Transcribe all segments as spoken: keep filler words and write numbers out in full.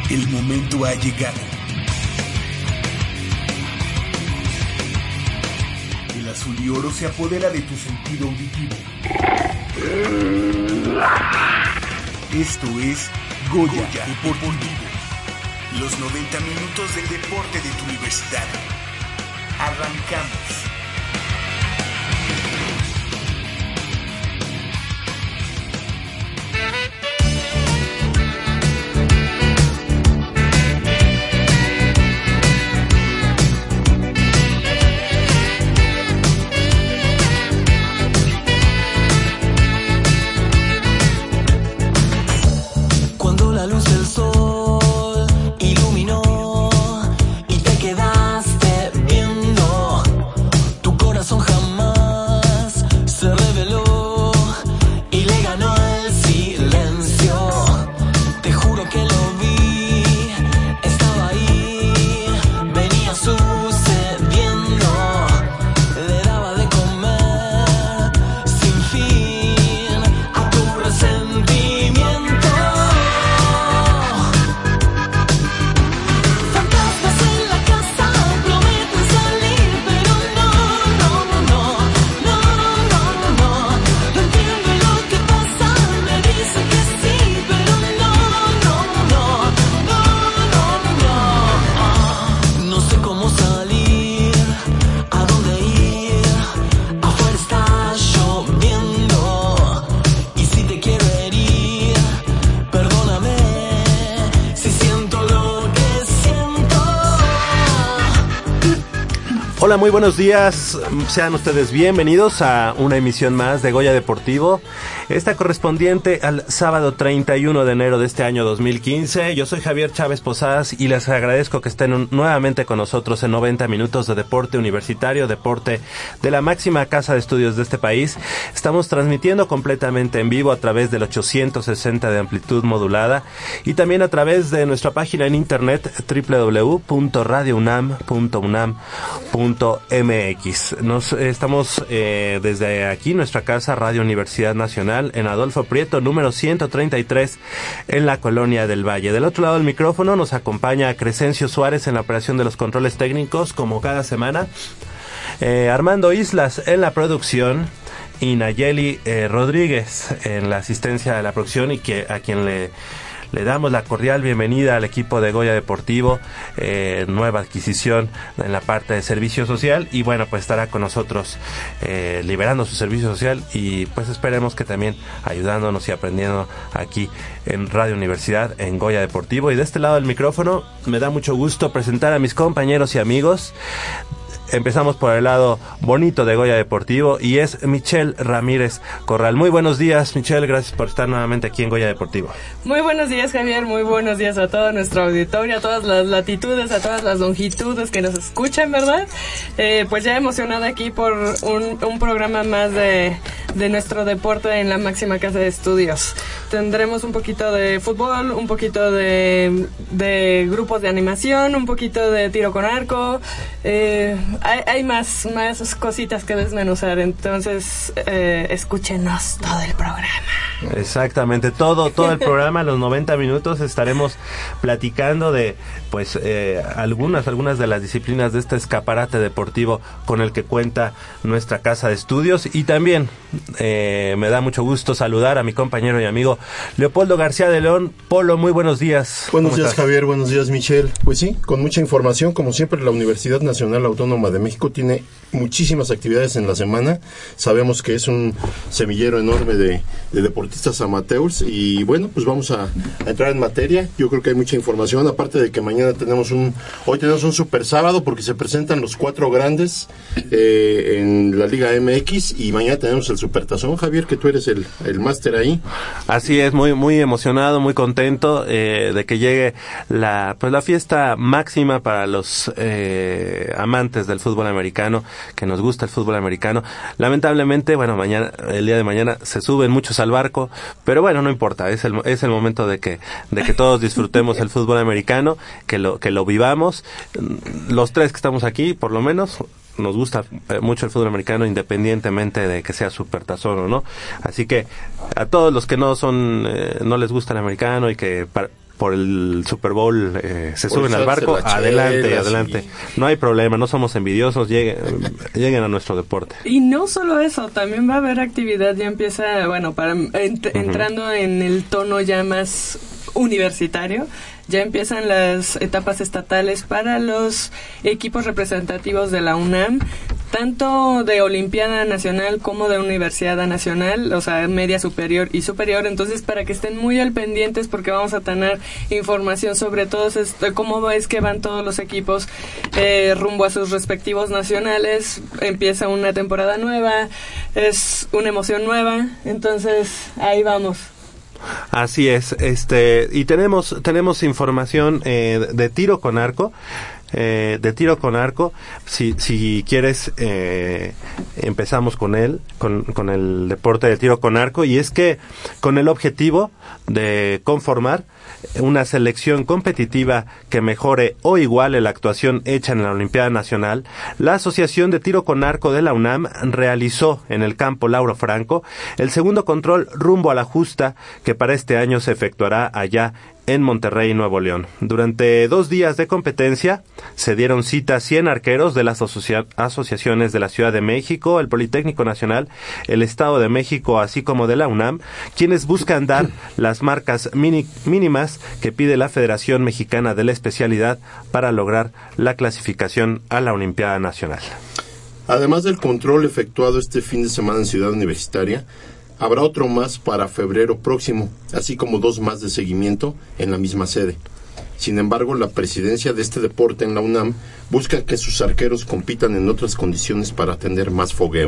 El momento ha llegado. El azul y oro se apodera de tu sentido auditivo. Esto es Goya, Goya Deportivo. Los noventa minutos del deporte de tu universidad. Arrancamos. Hola, muy buenos días, sean ustedes bienvenidos a una emisión más de Goya Deportivo, esta correspondiente al sábado treinta y uno de enero de este año dos mil quince. Yo soy Javier Chávez Posadas y les agradezco que estén un, nuevamente con nosotros en noventa minutos de deporte universitario, deporte de la máxima casa de estudios de este país. Estamos transmitiendo completamente en vivo a través del ochocientos sesenta de amplitud modulada y también a través de nuestra página en internet doble u doble u doble u punto radio unam punto unam punto m x. Nos eh, estamos eh, desde aquí, nuestra casa, Radio Universidad Nacional, en Adolfo Prieto, número ciento treinta y tres, en la Colonia del Valle. Del otro lado del micrófono nos acompaña Crescencio Suárez en la operación de los controles técnicos, como cada semana. Eh, Armando Islas en la producción y Nayeli eh, Rodríguez en la asistencia de la producción, y que a quien le Le damos la cordial bienvenida al equipo de Goya Deportivo, eh, nueva adquisición en la parte de servicio social, y bueno, pues estará con nosotros eh, liberando su servicio social y pues esperemos que también ayudándonos y aprendiendo aquí en Radio Universidad, en Goya Deportivo. Y de este lado del micrófono me da mucho gusto presentar a mis compañeros y amigos. Empezamos por el lado bonito de Goya Deportivo y es Michelle Ramírez Corral. Muy buenos días, Michelle, gracias por estar nuevamente aquí en Goya Deportivo. Muy buenos días, Javier, muy buenos días a todo nuestro auditorio, a todas las latitudes, a todas las longitudes que nos escuchan, ¿verdad? Eh, pues ya emocionada aquí por un, un programa más de, de nuestro deporte en la máxima casa de estudios. Tendremos un poquito de fútbol, un poquito de, de grupos de animación, un poquito de tiro con arco, eh... Hay, hay más, más cositas que desmenuzar, entonces eh, escúchenos todo el programa. Exactamente, todo todo el programa, los noventa minutos, estaremos platicando de pues eh, algunas algunas de las disciplinas de este escaparate deportivo con el que cuenta nuestra casa de estudios. Y también eh, me da mucho gusto saludar a mi compañero y amigo Leopoldo García de León. Polo, muy buenos días. Buenos días, estás? Javier, buenos días, Michelle. Pues sí, con mucha información, como siempre, la Universidad Nacional Autónoma de México tiene muchísimas actividades en la semana. Sabemos que es un semillero enorme de, de deportistas amateurs y bueno, pues vamos a, a entrar en materia. Yo creo que hay mucha información, aparte de que mañana tenemos un, hoy tenemos un super sábado porque se presentan los cuatro grandes eh, en la Liga M X y mañana tenemos el Supertazón, Javier, que tú eres el, el máster ahí. Así es, muy muy emocionado, muy contento eh, de que llegue la pues la fiesta máxima para los eh, amantes del fútbol americano, que nos gusta el fútbol americano. Lamentablemente, bueno, mañana, el día de mañana se suben muchos al barco, pero bueno, no importa, es el es el momento de que de que todos disfrutemos el fútbol americano, que lo que lo vivamos. Los tres que estamos aquí, por lo menos, nos gusta mucho el fútbol americano, independientemente de que sea Supertazón o no. Así que a todos los que no son eh, no les gusta el americano y que para, por el Super Bowl eh, se por suben al barco, adelante, chela, adelante. Sí. No hay problema, no somos envidiosos, lleguen, lleguen a nuestro deporte. Y no solo eso, también va a haber actividad, ya empieza, bueno, para ent- uh-huh. entrando en el tono ya más universitario, ya empiezan las etapas estatales para los equipos representativos de la UNAM, tanto de Olimpiada Nacional como de Universidad Nacional, o sea, media superior y superior. Entonces, para que estén muy al pendientes, porque vamos a tener información sobre todos, esto, cómo es que van todos los equipos eh, rumbo a sus respectivos nacionales. Empieza una temporada nueva, es una emoción nueva, entonces ahí vamos. Así es, este y tenemos tenemos información eh, de tiro con arco, eh, de tiro con arco. Si si quieres eh, empezamos con él, con con el deporte de tiro con arco, y es que con el objetivo de conformar una selección competitiva que mejore o iguale la actuación hecha en la Olimpiada Nacional, la Asociación de Tiro con Arco de la UNAM realizó en el campo Lauro Franco el segundo control rumbo a la justa que para este año se efectuará allá en Monterrey, Nuevo León. Durante dos días de competencia se dieron cita cien arqueros de las asocia- asociaciones de la Ciudad de México, el Politécnico Nacional, el Estado de México, así como de la UNAM, quienes buscan dar las marcas mini- mínimas que pide la Federación Mexicana de la Especialidad para lograr la clasificación a la Olimpiada Nacional. Además del control efectuado este fin de semana en Ciudad Universitaria, habrá otro más para febrero próximo, así como dos más de seguimiento en la misma sede. Sin embargo, la presidencia de este deporte en la UNAM busca que sus arqueros compitan en otras condiciones para tener más fogueo.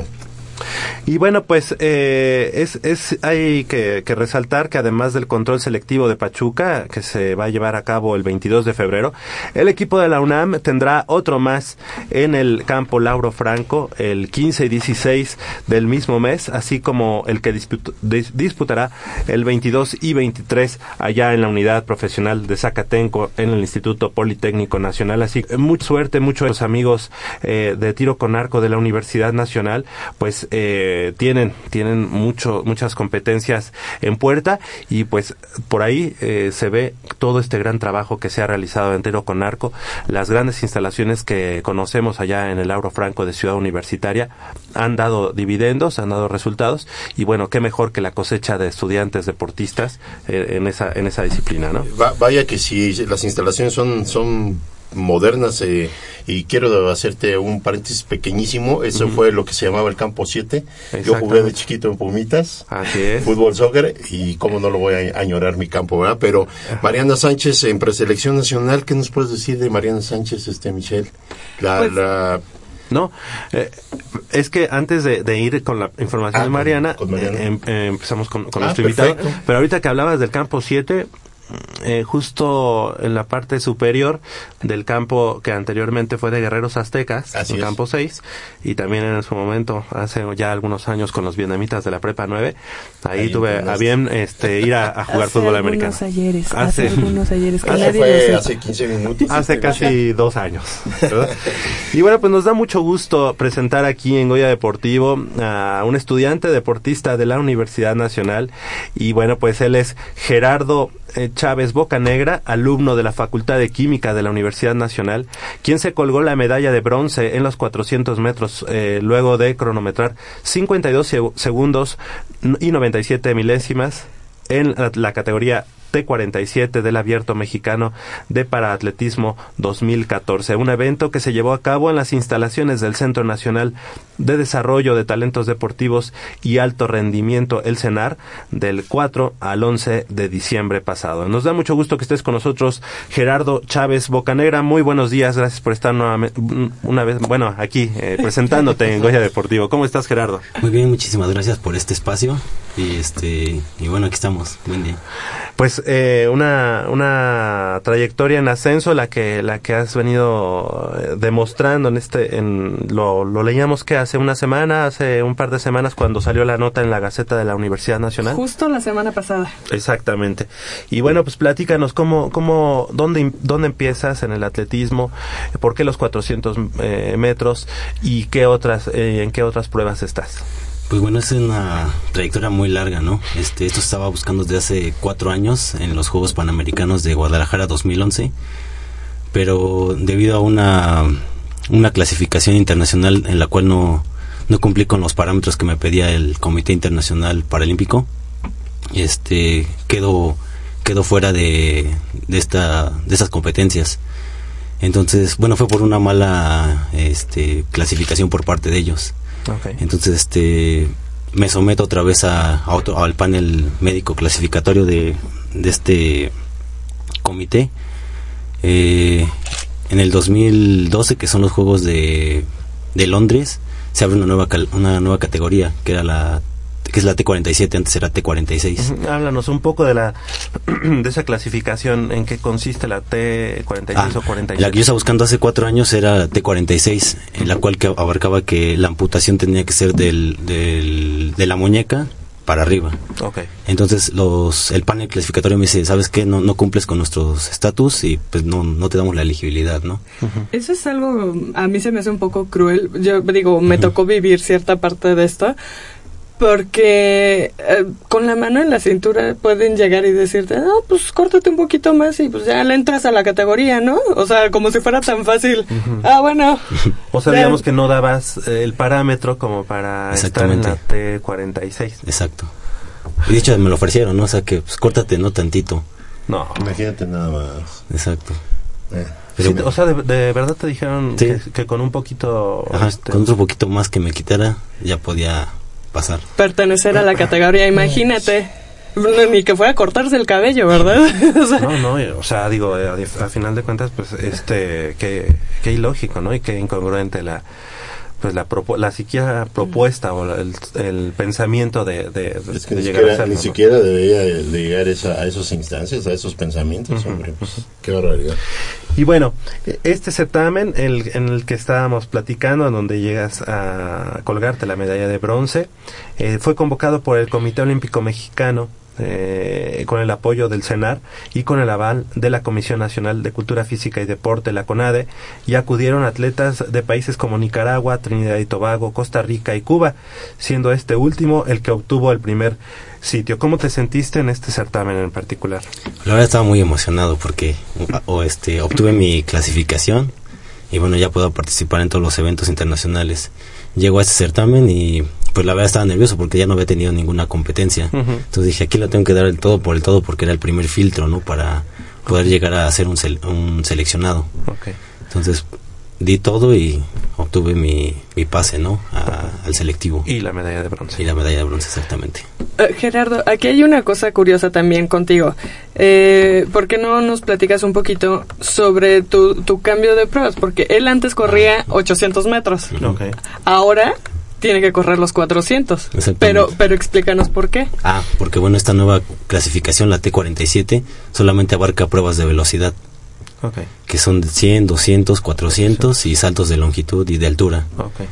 Y bueno, pues eh, es, es hay que, que resaltar que además del control selectivo de Pachuca, que se va a llevar a cabo el veintidós de febrero, el equipo de la UNAM tendrá otro más en el campo Lauro Franco el quince y dieciséis del mismo mes, así como el que disputa, dis, disputará el veintidós y veintitrés allá en la unidad profesional de Zacatenco en el Instituto Politécnico Nacional. Así que mucha suerte, muchos amigos eh, de tiro con arco de la Universidad Nacional, pues Eh, tienen tienen mucho muchas competencias en puerta, y pues por ahí eh, se ve todo este gran trabajo que se ha realizado en tiro con arco, las grandes instalaciones que conocemos allá en el Lauro Franco de Ciudad Universitaria han dado dividendos, han dado resultados, y bueno, qué mejor que la cosecha de estudiantes deportistas eh, en esa en esa disciplina, ¿no? Va, vaya que si las instalaciones son son modernas, eh, y quiero hacerte un paréntesis pequeñísimo. Eso uh-huh. fue lo que se llamaba el campo siete. Yo jugué de chiquito en Pumitas, así es, fútbol, soccer, y cómo no lo voy a añorar mi campo, ¿verdad? Pero uh-huh. Mariana Sánchez en preselección nacional, ¿qué nos puedes decir de Mariana Sánchez, este Michelle? La, pues, la No, eh, es que antes de, de ir con la información ah, de Mariana, con Mariana. Eh, eh, empezamos con, con ah, nuestro invitado, perfecto. Pero ahorita que hablabas del campo siete, Eh, justo en la parte superior del campo que anteriormente fue de Guerreros Aztecas, Así el es. campo seis, y también en su momento, hace ya algunos años, con los vietnamitas de la Prepa nueve, ahí, ahí tuve a bien este, ir a, a jugar hace fútbol americano. Ayeres, hace, hace algunos ayeres, que hace, nadie fue lo hace quince minutos. Hace casi dos años, ¿verdad? Y bueno, pues nos da mucho gusto presentar aquí en Goya Deportivo a un estudiante deportista de la Universidad Nacional, y bueno, pues él es Gerardo eh, Chávez Bocanegra, alumno de la Facultad de Química de la Universidad Nacional, quien se colgó la medalla de bronce en los cuatrocientos metros eh, luego de cronometrar cincuenta y dos segundos y noventa y siete milésimas en la, la categoría T cuarenta y siete del Abierto Mexicano de Paraatletismo dos mil catorce, un evento que se llevó a cabo en las instalaciones del Centro Nacional de Desarrollo de Talentos Deportivos y Alto Rendimiento, el CENAR, del cuatro al once de diciembre pasado. Nos da mucho gusto que estés con nosotros, Gerardo Chávez Bocanegra. Muy buenos días, gracias por estar nuevamente, una vez, bueno, aquí eh, presentándote en Goya Deportivo. ¿Cómo estás, Gerardo? Muy bien, muchísimas gracias por este espacio, y este y bueno, aquí estamos. Buen día. Pues eh, una una trayectoria en ascenso, la que la que has venido eh, demostrando en este en lo lo leíamos que hace una semana, hace un par de semanas, cuando salió la nota en la Gaceta de la Universidad Nacional. Justo la semana pasada. Exactamente. Y bueno, pues platícanos cómo cómo dónde dónde empiezas en el atletismo, por qué los cuatrocientos eh, metros, y qué otras eh, en qué otras pruebas estás. Pues bueno, es una trayectoria muy larga, ¿no? Este, esto estaba buscando desde hace cuatro años en los Juegos Panamericanos de Guadalajara dos mil once, pero debido a una, una clasificación internacional en la cual no, no cumplí con los parámetros que me pedía el Comité Internacional Paralímpico, este, quedo, quedo fuera de, de esta, de estas competencias. Entonces, bueno, fue por una mala, este, clasificación por parte de ellos. Okay. Entonces, este, me someto otra vez a, a otro, al panel médico clasificatorio de, de este comité. Eh, en el dos mil doce, que son los Juegos de, de Londres, se abre una nueva cal, una nueva categoría, que era la que es la T cuarenta y siete, antes era T cuarenta y seis. Uh-huh. Háblanos un poco de la de esa clasificación, en qué consiste la T cuarenta y seis ah, o cuarenta y siete. La que yo estaba buscando hace cuatro años era la T cuarenta y seis, en la cual que abarcaba que la amputación tenía que ser del, del de la muñeca para arriba. Okay. Entonces los el panel clasificatorio me dice, ¿sabes qué? No no cumples con nuestros estatus y pues no no te damos la elegibilidad, ¿no? Uh-huh. Eso es algo, a mí se me hace un poco cruel. Yo digo, me uh-huh. tocó vivir cierta parte de esto. Porque eh, con la mano en la cintura pueden llegar y decirte, no, pues córtate un poquito más y pues ya le entras a la categoría, ¿no? O sea, como si fuera tan fácil. Uh-huh. Ah, bueno. O sea, ya. digamos que no dabas eh, el parámetro como para estar en la T cuarenta y seis. Exacto. Y de hecho me lo ofrecieron, ¿no? O sea, que pues córtate, no tantito. No. Imagínate nada más. Exacto. Eh. Sí, o sea, de, de verdad te dijeron sí. que, que con un poquito... Ajá, este... con otro poquito más que me quitara, ya podía... pasar. Pertenecer a la categoría, imagínate. Ni que fuera a cortarse el cabello, ¿verdad? O sea, no, no, o sea, digo, a, a final de cuentas, pues, este, que, que ilógico, ¿no? Y que incongruente la, pues, la, propo, la siquiera propuesta o el, el pensamiento de, de, de, es que de ni llegar siquiera, a hacerlo, ni ¿no? siquiera debería de llegar esa, a esas instancias, a esos pensamientos, uh-huh. hombre, pues, qué barbaridad. Y bueno, este certamen el, en el que estábamos platicando, en donde llegas a colgarte la medalla de bronce, eh, fue convocado por el Comité Olímpico Mexicano, eh, con el apoyo del CENAR y con el aval de la Comisión Nacional de Cultura Física y Deporte, la CONADE, y acudieron atletas de países como Nicaragua, Trinidad y Tobago, Costa Rica y Cuba, siendo este último el que obtuvo el primer sitio. ¿Cómo te sentiste en este certamen en particular? La verdad estaba muy emocionado porque o este obtuve mi clasificación y bueno, ya puedo participar en todos los eventos internacionales. Llego a este certamen y pues la verdad estaba nervioso porque ya no había tenido ninguna competencia. Uh-huh. Entonces dije, aquí lo tengo que dar el todo por el todo porque era el primer filtro, ¿no? Para poder llegar a ser un, sele- un seleccionado. Okay. Entonces di todo y obtuve mi, mi pase, ¿no? A, al selectivo. Y la medalla de bronce. Y la medalla de bronce, exactamente. Uh, Gerardo, aquí hay una cosa curiosa también contigo. Eh, ¿Por qué no nos platicas un poquito sobre tu, tu cambio de pruebas? Porque él antes corría ochocientos metros. Okay. Ahora tiene que correr los cuatrocientos. Pero, pero explícanos por qué. Ah, porque bueno, esta nueva clasificación, la T cuarenta y siete, solamente abarca pruebas de velocidad. Okay. Que son de cien, doscientos, cuatrocientos sí. Y saltos de longitud y de altura. Okay.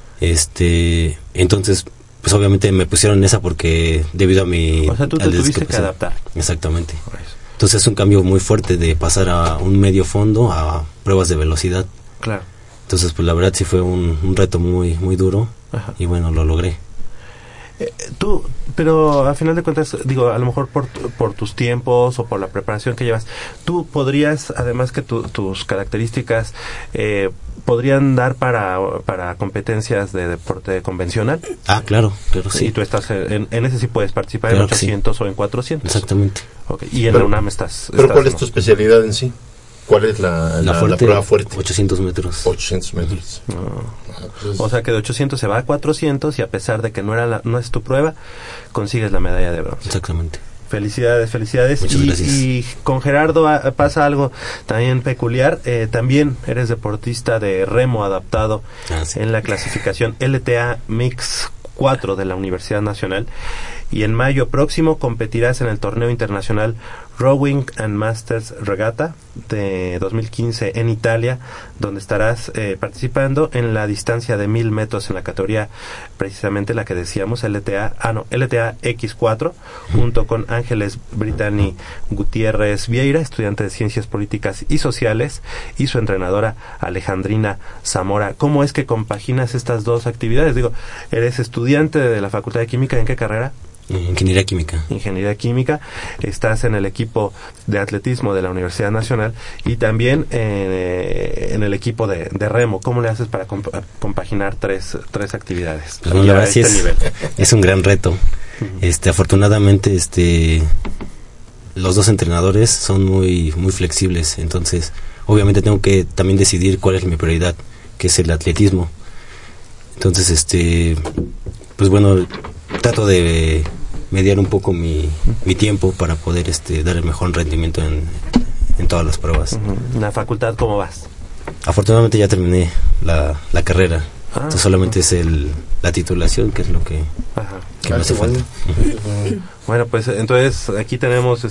Este, entonces, pues obviamente me pusieron esa porque debido a mi... O sea, tú te tuviste que adaptar. Exactamente. Entonces es un cambio muy fuerte de pasar a un medio fondo a pruebas de velocidad. Claro. Entonces, pues la verdad sí fue un, un reto muy muy duro. Ajá. Y bueno, lo logré. Eh, tú, pero a final de cuentas, digo, a lo mejor por, por tus tiempos o por la preparación que llevas, tú podrías, además que tu, tus características eh, podrían dar para, para competencias de deporte convencional. Ah, claro, claro, sí. Y tú estás en, en ese sí puedes participar, claro, en ochocientos sí. O en cuatrocientos. Exactamente. Okay. Y en pero, la UNAM estás... ¿Pero estás, cuál es ¿no? tu especialidad en sí? ¿Cuál es la, la, la, fuerte, la prueba fuerte? ochocientos metros. ochocientos metros. No. Ah, pues. O sea que de ochocientos se va a cuatrocientos y a pesar de que no era la, no es tu prueba, consigues la medalla de bronce. Exactamente. Felicidades, felicidades. Muchas y, gracias. Y con Gerardo a, pasa algo también peculiar. Eh, también eres deportista de remo adaptado ah, sí. en la clasificación L T A Mix cuatro de la Universidad Nacional. Y en mayo próximo competirás en el torneo internacional Rowing and Masters Regatta de dos mil quince en Italia, donde estarás eh, participando en la distancia de mil metros en la categoría, precisamente la que decíamos, L T A, ah no, L T A X cuatro, junto con Ángeles Brittany Gutiérrez Vieira, estudiante de Ciencias Políticas y Sociales, y su entrenadora Alejandrina Zamora. ¿Cómo es que compaginas estas dos actividades? Digo, eres estudiante de la Facultad de Química, ¿en qué carrera? Ingeniería Química. Ingeniería Química, estás en el equipo de atletismo de la Universidad Nacional y también eh, en el equipo de, de remo. ¿Cómo le haces para comp- compaginar tres, tres actividades? Pues bueno, la verdad sí este es, nivel? es un gran reto. Uh-huh. Este, afortunadamente, este, los dos entrenadores son muy, muy flexibles, entonces, obviamente tengo que también decidir cuál es mi prioridad, que es el atletismo. Entonces, este, pues bueno, trato de mediar un poco mi, mi tiempo para poder este dar el mejor rendimiento en, en todas las pruebas. Uh-huh. ¿En la facultad cómo vas? Afortunadamente ya terminé la, la carrera. Ah, entonces solamente uh-huh. es el la titulación, que es lo que, que me hace falta. Uh-huh. Bueno, pues entonces aquí tenemos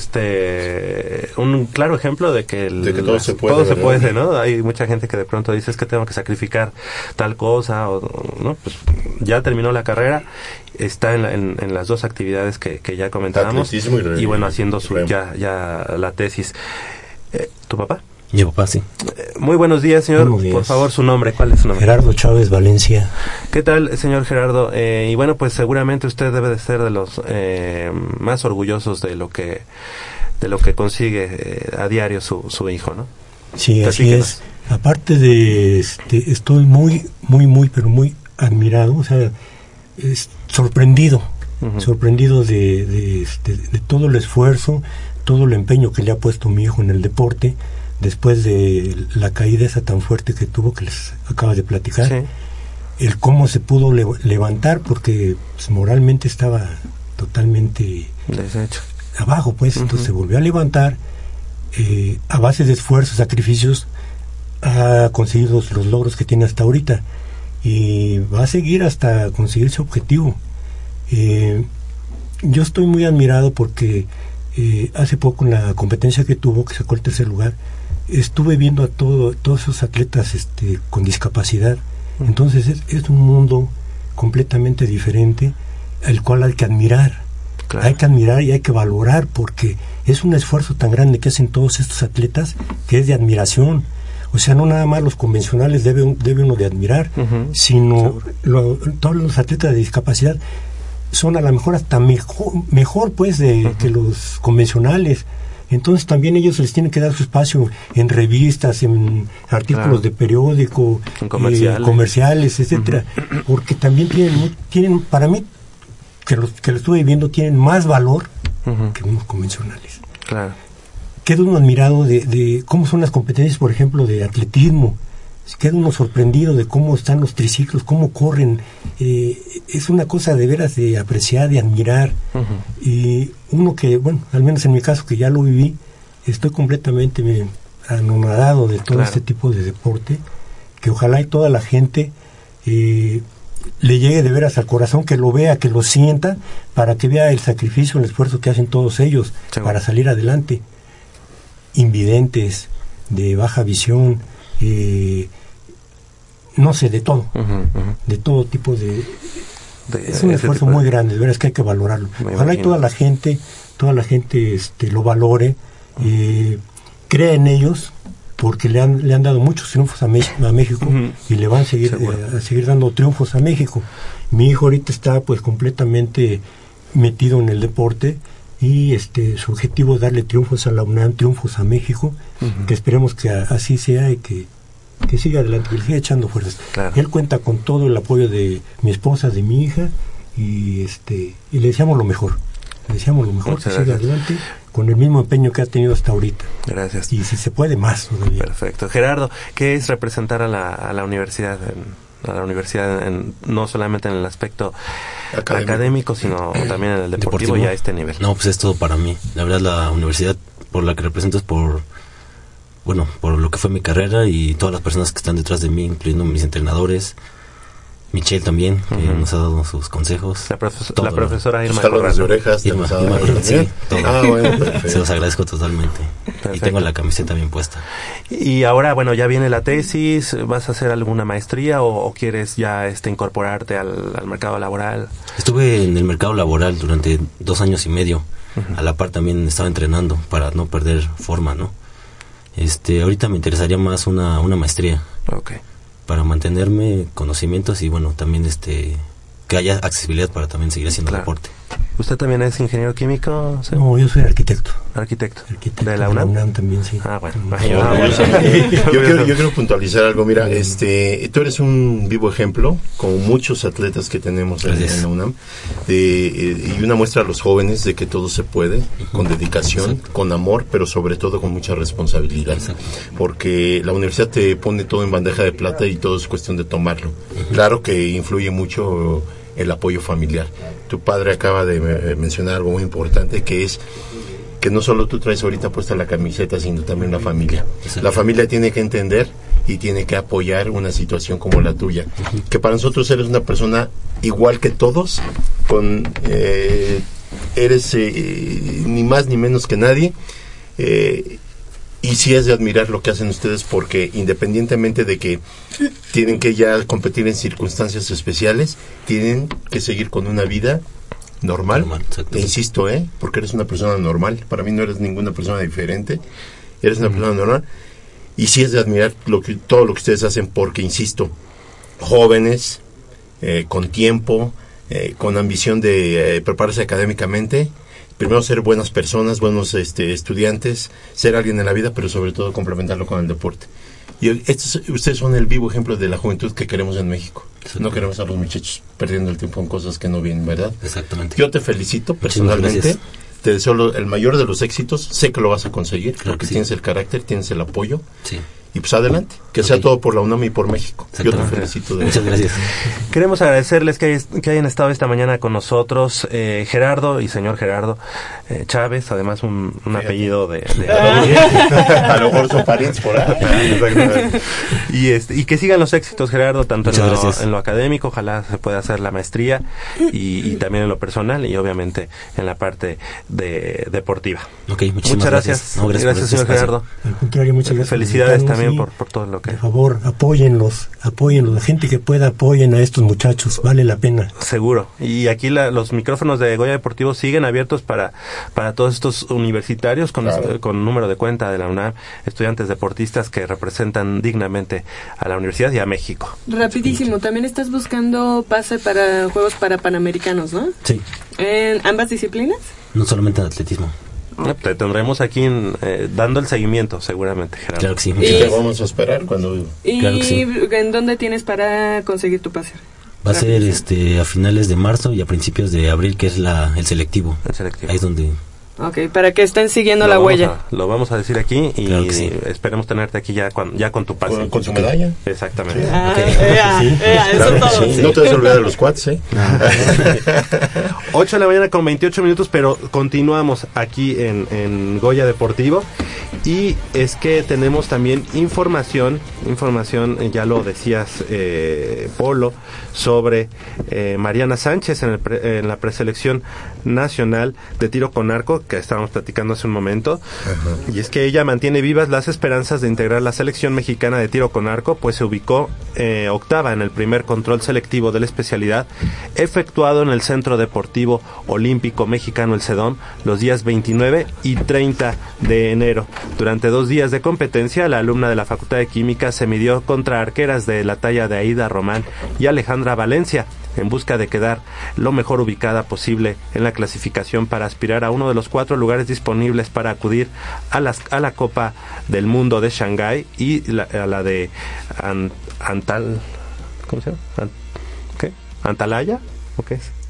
este un claro ejemplo de que, el, de que todo se puede, todo se ¿verdad? puede, ¿no? Hay mucha gente que de pronto dice es que tengo que sacrificar tal cosa, o no, pues ya terminó la carrera, está en, la, en, en las dos actividades que, que ya comentábamos y, y, y bueno, haciendo su ya ya la tesis. Eh, ¿Tu papá? Mi papá, sí. Eh, muy buenos días, señor. Buenos días. Por favor, su nombre. ¿Cuál es su nombre? Gerardo Chávez Valencia. ¿Qué tal, señor Gerardo? Eh, y bueno, pues seguramente usted debe de ser de los eh, más orgullosos de lo que de lo que consigue eh, a diario su, su hijo, ¿no? Sí, así es. Aparte de, este, estoy muy, muy, muy, pero muy admirado, o sea, es sorprendido, uh-huh. sorprendido de, de, de, de todo el esfuerzo, todo el empeño que le ha puesto mi hijo en el deporte, después de la caída esa tan fuerte que tuvo, que les acaba de platicar, sí. el cómo se pudo le- levantar, porque pues, moralmente estaba totalmente deshecho, abajo, pues, uh-huh. entonces se volvió a levantar, eh, a base de esfuerzos, sacrificios, ha conseguido los, los logros que tiene hasta ahorita, y va a seguir hasta conseguir su objetivo. Eh, yo estoy muy admirado porque eh, hace poco en la competencia que tuvo, que sacó el tercer lugar, estuve viendo a todo, todos esos atletas este, con discapacidad. Entonces es, es un mundo completamente diferente, el cual hay que admirar. Claro. Hay que admirar y hay que valorar, porque es un esfuerzo tan grande que hacen todos estos atletas que es de admiración. O sea, no nada más los convencionales debe, debe uno de admirar, uh-huh. sino lo, todos los atletas de discapacidad son a lo mejor hasta mejor, mejor pues de uh-huh. que los convencionales. Entonces también ellos les tienen que dar su espacio en revistas, en artículos claro. de periódico, en comerciales, eh, comerciales etcétera, uh-huh. porque también tienen, tienen para mí, que los que lo estuve viendo, tienen más valor uh-huh. que unos convencionales. Claro. Queda uno admirado de, de cómo son las competencias, por ejemplo, de atletismo. Queda uno sorprendido de cómo están los triciclos, cómo corren. Eh, es una cosa de veras de apreciar, de admirar. Uh-huh. Y uno que, bueno, al menos en mi caso, que ya lo viví, estoy completamente me, anonadado de todo claro. este tipo de deporte, que ojalá y toda la gente eh, le llegue de veras al corazón, que lo vea, que lo sienta, para que vea el sacrificio, el esfuerzo que hacen todos ellos sí, para salir adelante. Invidentes, de baja visión, eh, no sé, de todo, uh-huh, uh-huh. de todo tipo de... de es un esfuerzo muy de... grande, de veras que hay que valorarlo. Me Ojalá imagino. y toda la gente, toda la gente este, lo valore, uh-huh. eh, crea en ellos, porque le han, le han dado muchos triunfos a, Me- a México uh-huh. y le van a seguir, eh, a seguir dando triunfos a México. Mi hijo ahorita está pues completamente metido en el deporte, y este su objetivo es darle triunfos a la UNAM, triunfos a México, uh-huh. que esperemos que a, así sea y que, que siga adelante, que le siga echando fuerzas. Claro. Él cuenta con todo el apoyo de mi esposa, de mi hija, y este y le deseamos lo mejor, le deseamos lo mejor, Muchas que gracias. siga adelante con el mismo empeño que ha tenido hasta ahorita. Gracias. Y si se puede, más todavía. Perfecto. Gerardo, ¿qué es representar a la, a la universidad en, a la universidad en, no solamente en el aspecto académico, académico sino también en el deportivo, deportivo y a este nivel? No, pues es todo para mí. La verdad, la universidad por la que represento es por, bueno, por lo que fue mi carrera y todas las personas que están detrás de mí, incluyendo mis entrenadores, Michelle también, que Uh-huh. nos ha dado sus consejos. La, profes- Todo, la profesora Irma Jalones Corral. de orejas. Irma, te los ha Irma dado Corral, sí, también. todo. Ah, bueno, perfecto. Se los agradezco totalmente. Perfecto. Y tengo la camiseta bien puesta. Y ahora, bueno, ya viene la tesis, ¿vas a hacer alguna maestría o, o quieres ya este incorporarte al, al mercado laboral? Estuve en el mercado laboral durante dos años y medio. Uh-huh. A la par también estaba entrenando para no perder forma, ¿no? Este, ahorita me interesaría más una, una maestría. Okay. Para mantenerme conocimientos y bueno, también este que haya accesibilidad para también seguir haciendo Claro. deporte. ¿Usted también es ingeniero químico? ¿Sí? No, yo soy arquitecto. Arquitecto. Arquitecto ¿De la UNAM? De la UNAM también, sí. Ah, bueno. Mm. Ah, Ah, bueno. yo, quiero, yo quiero puntualizar algo. Mira, este, tú eres un vivo ejemplo, como muchos atletas que tenemos en, en la UNAM, de, eh, y una muestra a los jóvenes de que todo se puede, con dedicación, Exacto. con amor, pero sobre todo con mucha responsabilidad. Exacto. Porque la universidad te pone todo en bandeja de plata y todo es cuestión de tomarlo. Claro que influye mucho el apoyo familiar. Tu padre acaba de eh, mencionar algo muy importante, que es que no solo tú traes ahorita puesta la camiseta, sino también la familia. Exacto. La familia tiene que entender y tiene que apoyar una situación como la tuya. Que para nosotros eres una persona igual que todos, con eh, eres eh, ni más ni menos que nadie. Eh, y sí es de admirar lo que hacen ustedes, porque independientemente de que tienen que ya competir en circunstancias especiales, tienen que seguir con una vida normal. Normal, e insisto, ¿eh? Porque eres una persona normal. Para mí no eres ninguna persona diferente. Eres una mm. persona normal. Y sí es de admirar lo que, todo lo que ustedes hacen, porque, insisto, jóvenes, eh, con tiempo, eh, con ambición de eh, prepararse académicamente. Primero ser buenas personas, buenos este, estudiantes, ser alguien en la vida, pero sobre todo complementarlo con el deporte. Y estos, ustedes son el vivo ejemplo de la juventud que queremos en México. No queremos a los muchachos perdiendo el tiempo en cosas que no vienen, ¿verdad? Exactamente. Yo te felicito personalmente, te deseo lo, el mayor de los éxitos, sé que lo vas a conseguir, claro, porque sí. Tienes el carácter, tienes el apoyo. Sí. Y pues adelante, que okay. sea todo por la UNAM y por México. Yo te felicito. De Muchas gracias. Queremos agradecerles que, hay, que hayan estado esta mañana con nosotros, eh, Gerardo y señor Gerardo eh, Chávez, además un, un apellido de... de a lo mejor son parientes por ahí. y, este, y que sigan los éxitos, Gerardo, tanto en lo, en lo académico, ojalá se pueda hacer la maestría, y, y también en lo personal, y obviamente en la parte de deportiva. Okay, muchas gracias. Gracias, no, gracias, gracias señor Gerardo. Al contrario, muchas gracias. Felicidades también por, por todo lo que... Por favor, apóyenlos, apóyenlos. La gente que pueda, apoyen a estos muchachos, vale la pena. Seguro. Y aquí la, los micrófonos de Goya Deportivo siguen abiertos para, para todos estos universitarios con, claro. este, con número de cuenta de la UNAM, estudiantes deportistas que representan dignamente a la universidad y a México. Rapidísimo, también estás buscando pase para Juegos para Panamericanos, ¿no? Sí. ¿En ambas disciplinas? No solamente en atletismo. Te tendremos aquí en, eh, dando el seguimiento, seguramente, Gerardo. Claro que sí. Y te vamos a esperar cuando... ¿Y claro que sí. en dónde tienes para conseguir tu pase? Va a ser este a finales de marzo y a principios de abril, que es la el selectivo. El selectivo. Ahí es donde... Ok, para que estén siguiendo lo la huella. A, lo vamos a decir aquí y claro sí. esperemos tenerte aquí ya con, ya con tu pase. ¿Con, con su medalla? Exactamente. Sí. Ah, okay. ea, sí. ea, eso claro, todo. Sí. Sí. No te vas a olvidar de los quads, ¿eh? ocho de la mañana con veintiocho minutos, pero continuamos aquí en, en Goya Deportivo. Y es que tenemos también información, información, ya lo decías, eh, Polo, sobre eh, Mariana Sánchez en, el pre, en la preselección nacional de tiro con arco, que estábamos platicando hace un momento. Ajá. Y es que ella mantiene vivas las esperanzas de integrar la selección mexicana de tiro con arco, pues se ubicó eh, octava en el primer control selectivo de la especialidad, efectuado en el Centro Deportivo Olímpico Mexicano, el CEDOM, los días veintinueve y treinta de enero. Durante dos días de competencia, la alumna de la Facultad de Química se midió contra arqueras de la talla de Aida Román y Alejandra Valencia, en busca de quedar lo mejor ubicada posible en la clasificación para aspirar a uno de los cuatro lugares disponibles para acudir a, las, a la Copa del Mundo de Shanghái y la, a la de Ant, Antal... ¿Cómo se llama? Ant, ¿Qué? ¿Antalya? ¿O qué es?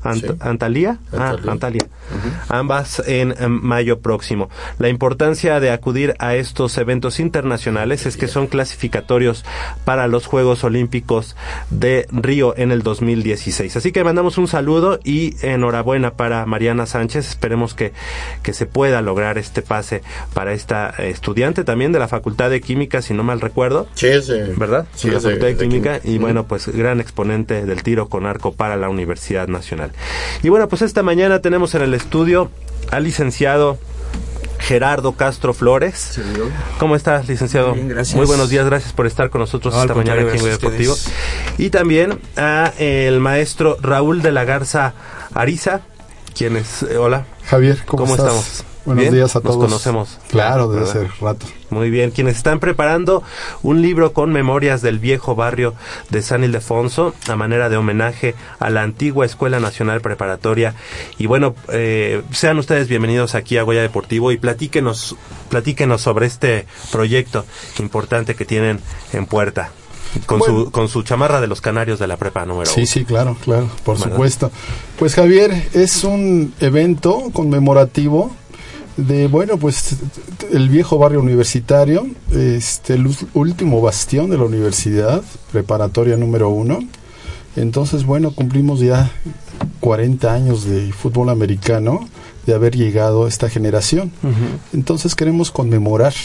Ant- Sí. Antalya, Antalya. Ah, Antalya. Uh-huh. Ambas en, en mayo próximo. La importancia de acudir a estos eventos internacionales es que son clasificatorios para los Juegos Olímpicos de Río en el dos mil dieciséis. Así que mandamos un saludo y enhorabuena para Mariana Sánchez. Esperemos que, que se pueda lograr este pase para esta eh, estudiante también de la Facultad de Química, si no mal recuerdo. Sí, es de, ¿Verdad? Sí, de la es de- Facultad de, de Química. Química. Y Ujú. bueno, pues gran exponente del tiro con arco para la Universidad Nacional. Y bueno, pues esta mañana tenemos en el estudio al licenciado Gerardo Castro Flores. Sí, ¿Cómo estás, licenciado? Muy bien, gracias. Muy buenos días, gracias por estar con nosotros No, al esta mañana aquí en Goya contrario, Deportivo. gracias a Y también a el maestro Raúl de la Garza Ariza, quien es... eh, hola. Javier, ¿cómo, ¿Cómo estás? estamos? Buenos ¿Bien? días a Nos todos. conocemos. Claro, desde ¿verdad? hace rato. Muy bien, quienes están preparando un libro con memorias del viejo barrio de San Ildefonso a manera de homenaje a la antigua Escuela Nacional Preparatoria. Y bueno, eh, sean ustedes bienvenidos aquí a Goya Deportivo y platíquenos, platíquenos sobre este proyecto importante que tienen en puerta. Con, Bueno. su, con su chamarra de los canarios de la prepa número Sí, uno. sí, claro, claro, por ¿Verdad? supuesto. Pues Javier, es un evento conmemorativo de, bueno, pues el viejo barrio universitario, este, el us- último bastión de la universidad, preparatoria número uno. Entonces, bueno, cumplimos ya cuarenta años de fútbol americano, de haber llegado a esta generación. Ujú. Entonces queremos conmemorar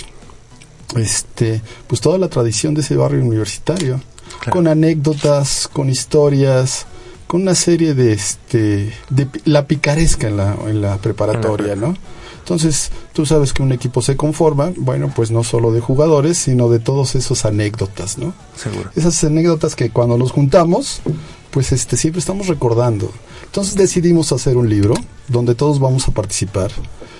este pues toda la tradición de ese barrio universitario, Claro. con anécdotas, con historias, con una serie de este de pi- la picaresca en la en la preparatoria, ¿no? Entonces, tú sabes que un equipo se conforma, bueno, pues no solo de jugadores, sino de todos esos anécdotas, ¿no? Seguro. Esas anécdotas que cuando nos juntamos, pues este siempre estamos recordando. Entonces decidimos hacer un libro donde todos vamos a participar.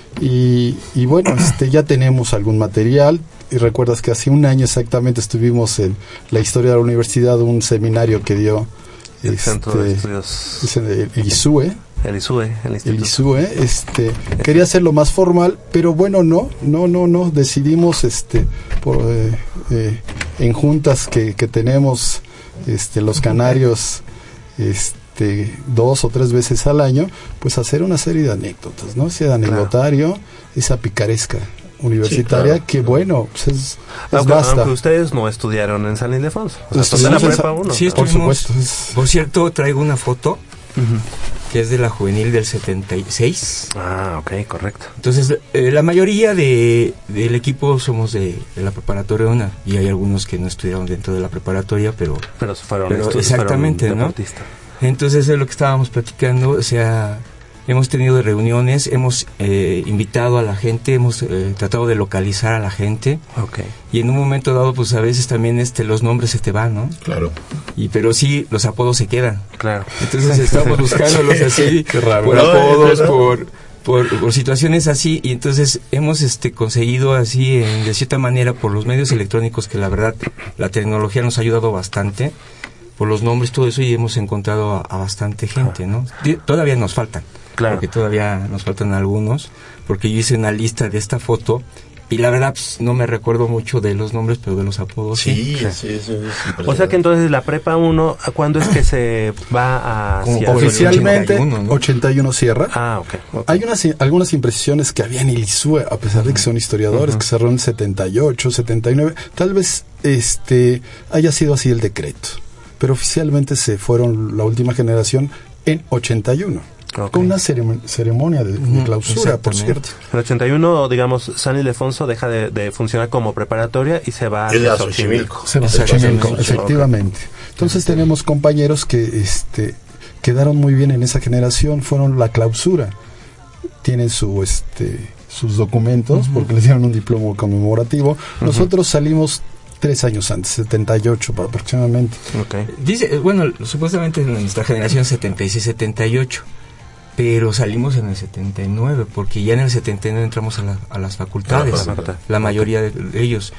Y, y bueno, este ya tenemos algún material. Y recuerdas que hace un año exactamente estuvimos en la historia de la universidad, un seminario que dio El Centro de este, Estudios, el, el ISUE. el ISUE, el El Instituto. ISUE, este, quería hacerlo más formal, pero bueno, no, no, no, no, decidimos, este, por, eh, eh, en juntas que, que tenemos, este, los canarios, este, dos o tres veces al año, pues hacer una serie de anécdotas, ¿no? Ese anecdotario, esa picaresca universitaria, Sí, claro. que bueno, pues es, es Aunque, basta. aunque ustedes no estudiaron en San Ildefonso. O sea, son de la Estudiamos en prepa San- uno. Sí, Por estuvimos- supuesto. es- Por cierto, traigo una foto que es de la juvenil del setenta y seis. Ah, ok, correcto. Entonces, eh, la mayoría de, del equipo somos de, de la preparatoria una, y hay algunos que no estudiaron dentro de la preparatoria, pero Pero fueron Pero estu- exactamente, fueron ¿no? deportistas. entonces es lo que estábamos platicando. O sea, hemos tenido reuniones, hemos eh, invitado a la gente, hemos eh, tratado de localizar a la gente, Ok. y en un momento dado, pues a veces también este los nombres se te van, ¿no? Claro. Y pero sí, los apodos se quedan. Claro. Entonces estamos buscándolos así, Qué raro. por No, apodos, no, no. por, por, por situaciones así, y entonces hemos este conseguido así, en- de cierta manera, por los medios electrónicos, que la verdad, la tecnología nos ha ayudado bastante, por los nombres, todo eso, y hemos encontrado a, a bastante gente, ¿no? Di- Todavía nos faltan, Claro. porque todavía nos faltan algunos, porque yo hice una lista de esta foto, y la verdad, pues, no me recuerdo mucho de los nombres, pero de los apodos sí. Sí, sí, sí, sí, es O sea que entonces la prepa uno, ¿a ¿cuándo es que se va a... Como hacia- por el Oficialmente, ochenta y uno, ¿no? ochenta y uno cierra. Ah, ok. ok. Hay unas, algunas imprecisiones que había en el ISUE, a pesar de que son historiadores, que cerró en el setenta y ocho, setenta y nueve. Tal vez este haya sido así el decreto, pero oficialmente se fueron la última generación en ochenta y uno, Ok. con una ceremo- ceremonia de, de Ujú, clausura, por exactamente. cierto. En el ochenta y uno, digamos, San Ildefonso deja de, de funcionar como preparatoria y se va Es de a Xochimilco. Se va a Exactamente. Xochimilco, efectivamente. Entonces tenemos compañeros que este quedaron muy bien en esa generación, fueron la clausura. Tienen su este sus documentos porque les dieron un diploma conmemorativo. Nosotros salimos tres años antes, setenta y ocho aproximadamente. Ok. Dice, eh, bueno, supuestamente en nuestra generación setenta y seis, setenta y ocho, pero salimos en el setenta y nueve, porque ya en el setenta y nueve entramos a, la- a las facultades, Ah, a la facultad. la mayoría de, de ellos,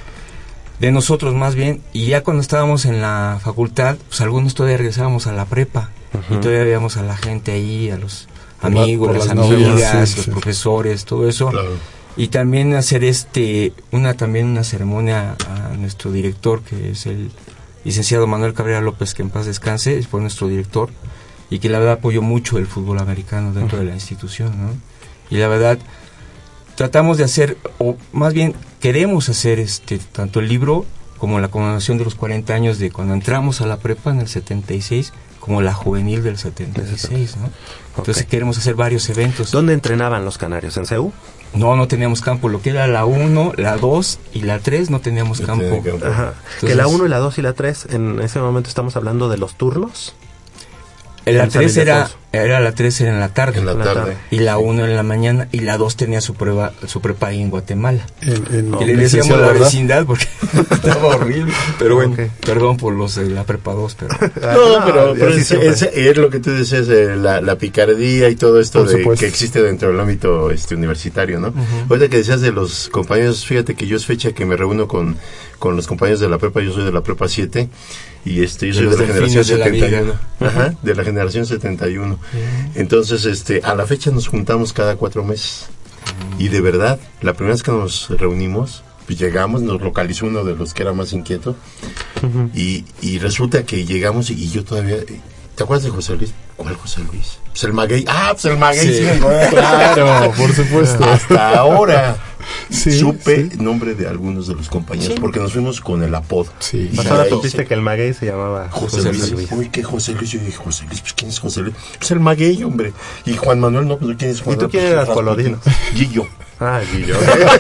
de nosotros más bien, y ya cuando estábamos en la facultad, pues algunos todavía regresábamos a la prepa, y Ujú. todavía veíamos a la gente ahí, a los Por la- amigos, por las las novias, amigas, sí, los sí. profesores, todo eso. Claro. Y también hacer este una también una ceremonia a nuestro director, que es el licenciado Manuel Cabrera López, que en paz descanse, fue nuestro director, y que la verdad apoyó mucho el fútbol americano dentro uh-huh. de la institución, ¿no? Y la verdad tratamos de hacer, o más bien queremos hacer este tanto el libro como la conmemoración de los cuarenta años de cuando entramos a la prepa en el setenta y seis, como la juvenil del setenta y seis, ¿no? Entonces okay. queremos hacer varios eventos. ¿Dónde entrenaban los canarios? ¿En C U? No, no teníamos campo. Lo que era la uno, la dos y la tres no teníamos campo. Ajá. Entonces, que la uno y la dos y la tres, en ese momento estamos hablando de los turnos. La tres era, era la tres era en la tarde. En la tarde. Y la uno en la mañana. Y la dos tenía su prueba, su prepa ahí en Guatemala. En, en, y le decíamos la ¿verdad? Vecindad porque estaba horrible. Pero bueno, okay. perdón por los de la prepa dos, pero... No, no pero, pero es, es, es lo que tú decías, eh, la, la picardía y todo esto de, que existe dentro del ámbito este universitario, ¿no? Uh-huh. Ahorita que decías de los compañeros, fíjate que yo es fecha que me reúno con, con los compañeros de la prepa, yo soy de la prepa siete, y este yo soy de, de la generación setenta y uno. De la Ajá, de la generación setenta y uno. Uh-huh. Entonces, este, a la fecha nos juntamos cada cuatro meses. Uh-huh. Y de verdad, la primera vez que nos reunimos, pues llegamos, nos localizó uno de los que era más inquieto. Uh-huh. Y, y resulta que llegamos y, y yo todavía... ¿Te acuerdas de José Luis? ¿Cuál José Luis? Pues el Maguey. Ah, pues el Maguey. Sí, sí, claro, por supuesto. Hasta ahora sí, supe sí. nombre de algunos de los compañeros, sí. porque nos fuimos con el apodo. Sí. Pues ahora supiste que el Maguey se llamaba José, José Luis. Luis. Uy, ¿qué José Luis? Yo dije, José Luis, pues ¿quién es José Luis? Pues el Maguey, hombre. Y Juan Manuel, no, pues ¿quién es Juan Manuel? ¿Y tú quién pues, eras, Colodino? Gillo. Ah, Gillo.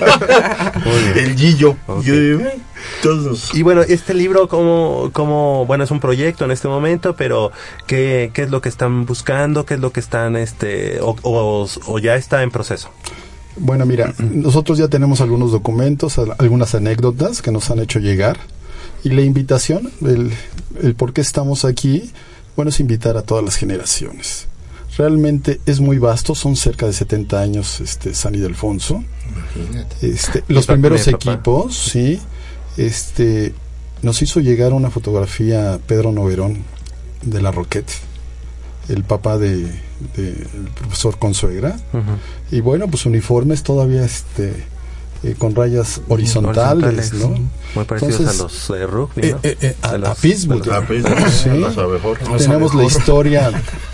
El Gillo. Okay. Yo dije, todos. Y bueno, este libro, como, como, bueno, es un proyecto en este momento, pero ¿qué, qué es lo que están buscando? ¿Qué es lo que están, este, o, o, o ya está en proceso? Bueno, mira, nosotros ya tenemos algunos documentos, algunas anécdotas que nos han hecho llegar, y la invitación, el, el por qué estamos aquí, bueno, es invitar a todas las generaciones. Realmente es muy vasto, son cerca de setenta años, este, San Ildefonso. Imagínate. Este, los primeros equipos, sí, este, nos hizo llegar una fotografía Pedro Noverón de la Roquette, el papá de, de el profesor Consuegra, uh-huh. y bueno, pues uniformes todavía, este, eh, con rayas horizontales, horizontales, ¿no? Sí. Muy parecidos Entonces, a los de rugby, ¿no? Eh, eh, a, los, a Pittsburgh. A Pittsburgh, sí. Los abejor. Tenemos la historia,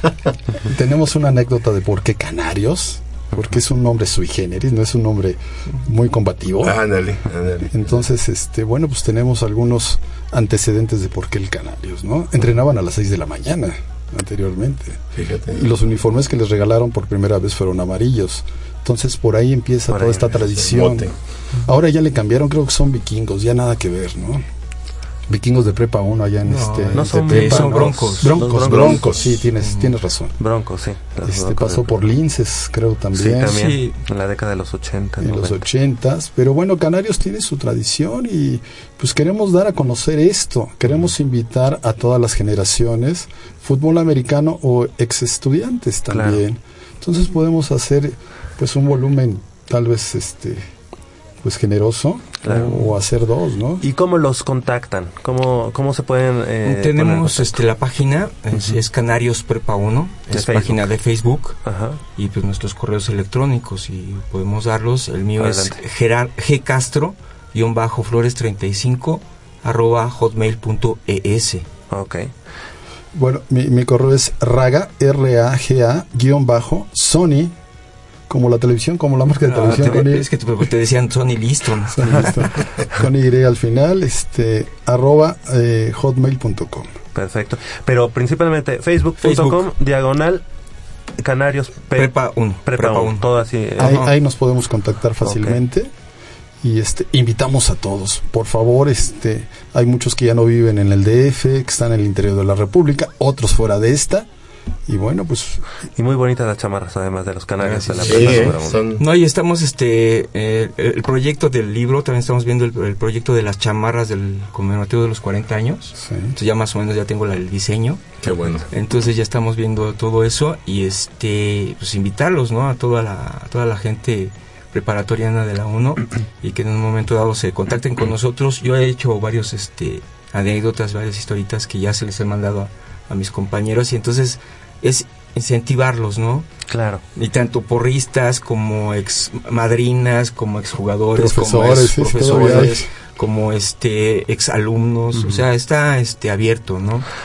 tenemos una anécdota de por qué Canarios, porque es un nombre sui generis, no es un nombre muy combativo. Ándale, ándale. Entonces, este, bueno, pues tenemos algunos antecedentes de por qué el Canarios, ¿no? Entrenaban a las seis de la mañana anteriormente. Fíjate. Y los uniformes que les regalaron por primera vez fueron amarillos. Entonces por ahí empieza por toda ahí, esta tradición. Ahora ya le cambiaron, creo que son vikingos, ya nada que ver, ¿no? Vikingos de prepa uno allá en no, este no son, prepa, son ¿no? broncos. Broncos, broncos, broncos, sí, tienes, mm. tienes razón. Broncos, sí. Este broncos pasó por Linces, creo también. Sí, también. Sí. En la década de los ochenta. En los ochentas, pero bueno, Canarios tiene su tradición y pues queremos dar a conocer esto, queremos invitar a todas las generaciones, fútbol americano o ex estudiantes también. Claro. Entonces podemos hacer pues un volumen tal vez este pues generoso, claro. o, o hacer dos, ¿no? ¿Y cómo los contactan? ¿Cómo, cómo se pueden eh, tenemos este la página, uh-huh. es, es Canarios Prepa uno, es Facebook. Página de Facebook, uh-huh. y pues nuestros correos electrónicos, y podemos darlos. El mío Adelante. Es Gerard G Castro guión bajo Flores treinta y cinco arroba hotmail punto es. Ok. Bueno, mi, mi correo es raga R A G A guión bajo Sony, como la televisión, como la marca de no, televisión. Te, con es que te, te decían Sony listo, ¿no? Sony listo. Con Y al final, este, arroba eh, hotmail punto com. Perfecto. Pero principalmente facebook punto com, Facebook. diagonal, Canarios Pe- Prepa uno. Prepa uno, todo así. Ahí, ahí nos podemos contactar fácilmente. Okay. Y este, invitamos a todos, por favor, este, hay muchos que ya no viven en el D F, que están en el interior de la República, otros fuera de esta. Y bueno, pues... Y muy bonitas las chamarras, además de los canarios. Gracias. De la sí, eh, son... No, y estamos, este, eh, el proyecto del libro, también estamos viendo el, el proyecto de las chamarras del conmemorativo de los cuarenta años. Sí. Entonces ya más o menos ya tengo la, el diseño. Qué bueno. Entonces ya estamos viendo todo eso y este, pues invitarlos, ¿no? A toda la, a toda la gente preparatoriana de la UNO y que en un momento dado se contacten con nosotros. Yo he hecho varios, este, anécdotas, varias historitas que ya se les he mandado a, a mis compañeros, y entonces es incentivarlos, ¿no? Claro. Y tanto porristas como ex madrinas, como ex jugadores, profesores, como ex sí, profesores, como este ex alumnos, uh-huh. O sea, está este abierto, ¿no?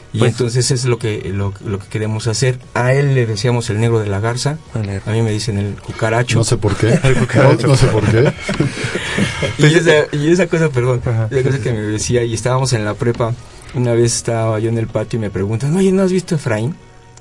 Y Pues- entonces es lo que lo, lo que queremos hacer. A él le decíamos el negro de la garza, Vale. a mí me dicen el cucaracho. No sé por qué. No, no sé por qué. Y esa, y esa cosa, perdón, esa cosa que me decía, y estábamos en la prepa, una vez estaba yo en el patio y me preguntan, oye, ¿no has visto a Efraín?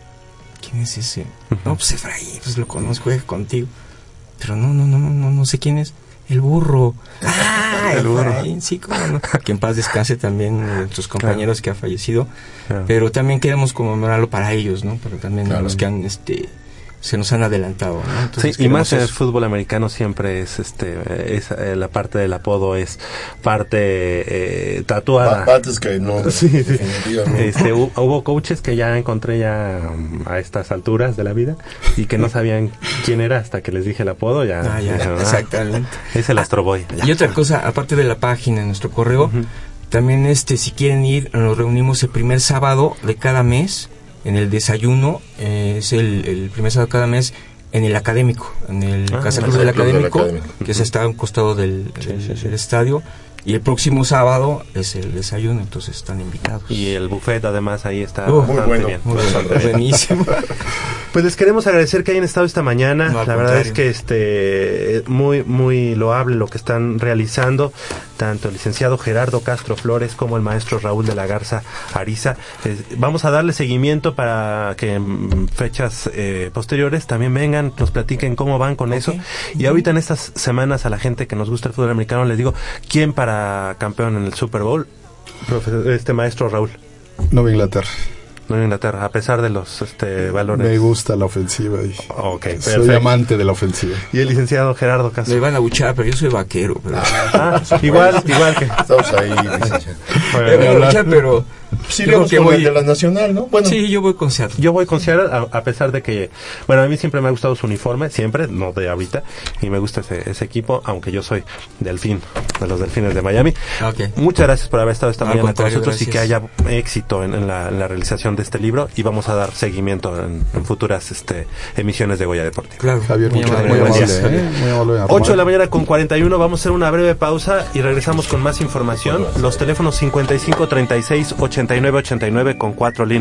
¿Quién es ese? No, pues Efraín, pues lo conozco, juega contigo. Pero no, no, no, no, no sé quién es. El burro. Ah, el burro. Sí, cómo no. Que en paz descanse también de nuestros compañeros que ha fallecido. Claro. Pero también queremos conmemorarlo para ellos, ¿no? Pero también Claro. a los que han, este, se nos han adelantado, ¿no? Entonces, Sí, y más en queremos el eso. fútbol americano siempre es, este, es, eh, la parte del apodo es parte eh, tatuada. Pa- Antes que no. Sí, sí. definitivamente. Este, hu- hubo coaches que ya encontré ya um, a estas alturas de la vida y que no sabían quién era hasta que les dije el apodo. Ya, Ah, ya, dijeron, "Ah, exactamente. es el Astro Boy". Y otra cosa, aparte de la página, en nuestro correo, también este, si quieren ir, nos reunimos el primer sábado de cada mes en el desayuno, eh, es el, el primer sábado de cada mes en el académico, en el Ah, Casa el Club del Casa Club del Académico, Académico. que se está a un costado del, Sí, del- sí, sí. del estadio. Y el próximo sábado es el desayuno, entonces están invitados. Y el buffet además ahí está Uh, bastante muy bueno. bien. Muy bien, Bastante bien. buenísimo. Pues les queremos agradecer que hayan estado esta mañana. No, al la verdad contrario. es que este muy muy loable lo que están realizando tanto el licenciado Gerardo Castro Flores como el maestro Raúl de la Garza Ariza. Eh, vamos a darle seguimiento para que en fechas eh, posteriores también vengan, nos platiquen cómo van con eso. Y ahorita en estas semanas a la gente que nos gusta el fútbol americano les digo, ¿quién para campeón en el Super Bowl? Profe- este maestro Raúl. Nueva Inglaterra. Nueva Inglaterra, a pesar de los este valores. Me gusta la ofensiva y Ok, soy perfecto. amante de la ofensiva. Y el licenciado Gerardo Me Castro. van a buchar, pero yo soy vaquero. Pero... Ah, igual, igual que. Estamos ahí, licenciado. Me van a buchar, pero... Sí, yo vamos creo que con voy- el de la Nacional, ¿no? Bueno, Sí, yo voy con Seattle. Yo voy con Seattle, a, a pesar de que, bueno, a mí siempre me ha gustado su uniforme, siempre, no de ahorita, y me gusta ese, ese equipo, aunque yo soy delfín, de los Delfines de Miami. Ok. Muchas gracias por haber estado esta Al mañana con contrario, nosotros y que haya gracias. éxito en, en la, en la realización de este libro y vamos a dar seguimiento en, en futuras este, emisiones de Goya Deportiva. Claro. Javier, Muy muchas amable, muy buen amable, día, ¿eh? Muy amable. ocho de la mañana con cuarenta y uno, vamos a hacer una breve pausa y regresamos con más información. Los teléfonos cincuenta y cinco, treinta y seis, ochenta y nueve, ochenta y nueve con cuatro líneas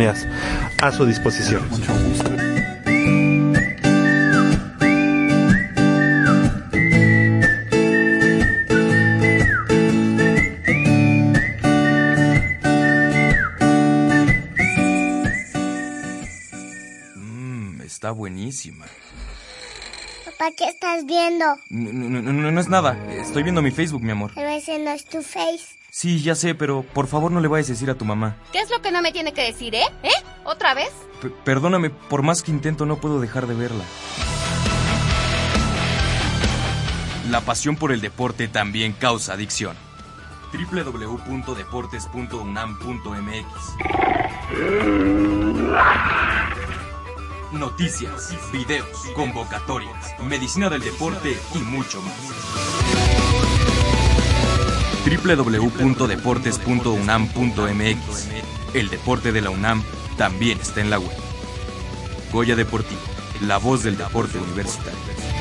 a su disposición. Mmm, está buenísima. Papá, ¿qué estás viendo? No, no, no, no, no es nada. Estoy viendo mi Facebook, mi amor. Pero ese no es tu face. Sí, ya sé, pero por favor no le vayas a decir a tu mamá. ¿Qué es lo que no me tiene que decir, eh? ¿Eh? ¿Otra vez? P- perdóname, por más que intento no puedo dejar de verla. La pasión por el deporte también causa adicción. doble u doble u doble u punto deportes punto unam punto m x. Noticias, videos, convocatorias, medicina del deporte y mucho más. doble u doble u doble u punto deportes punto unam punto m x. El deporte de la UNAM también está en la web. Goya Deportivo, la voz del deporte universitario.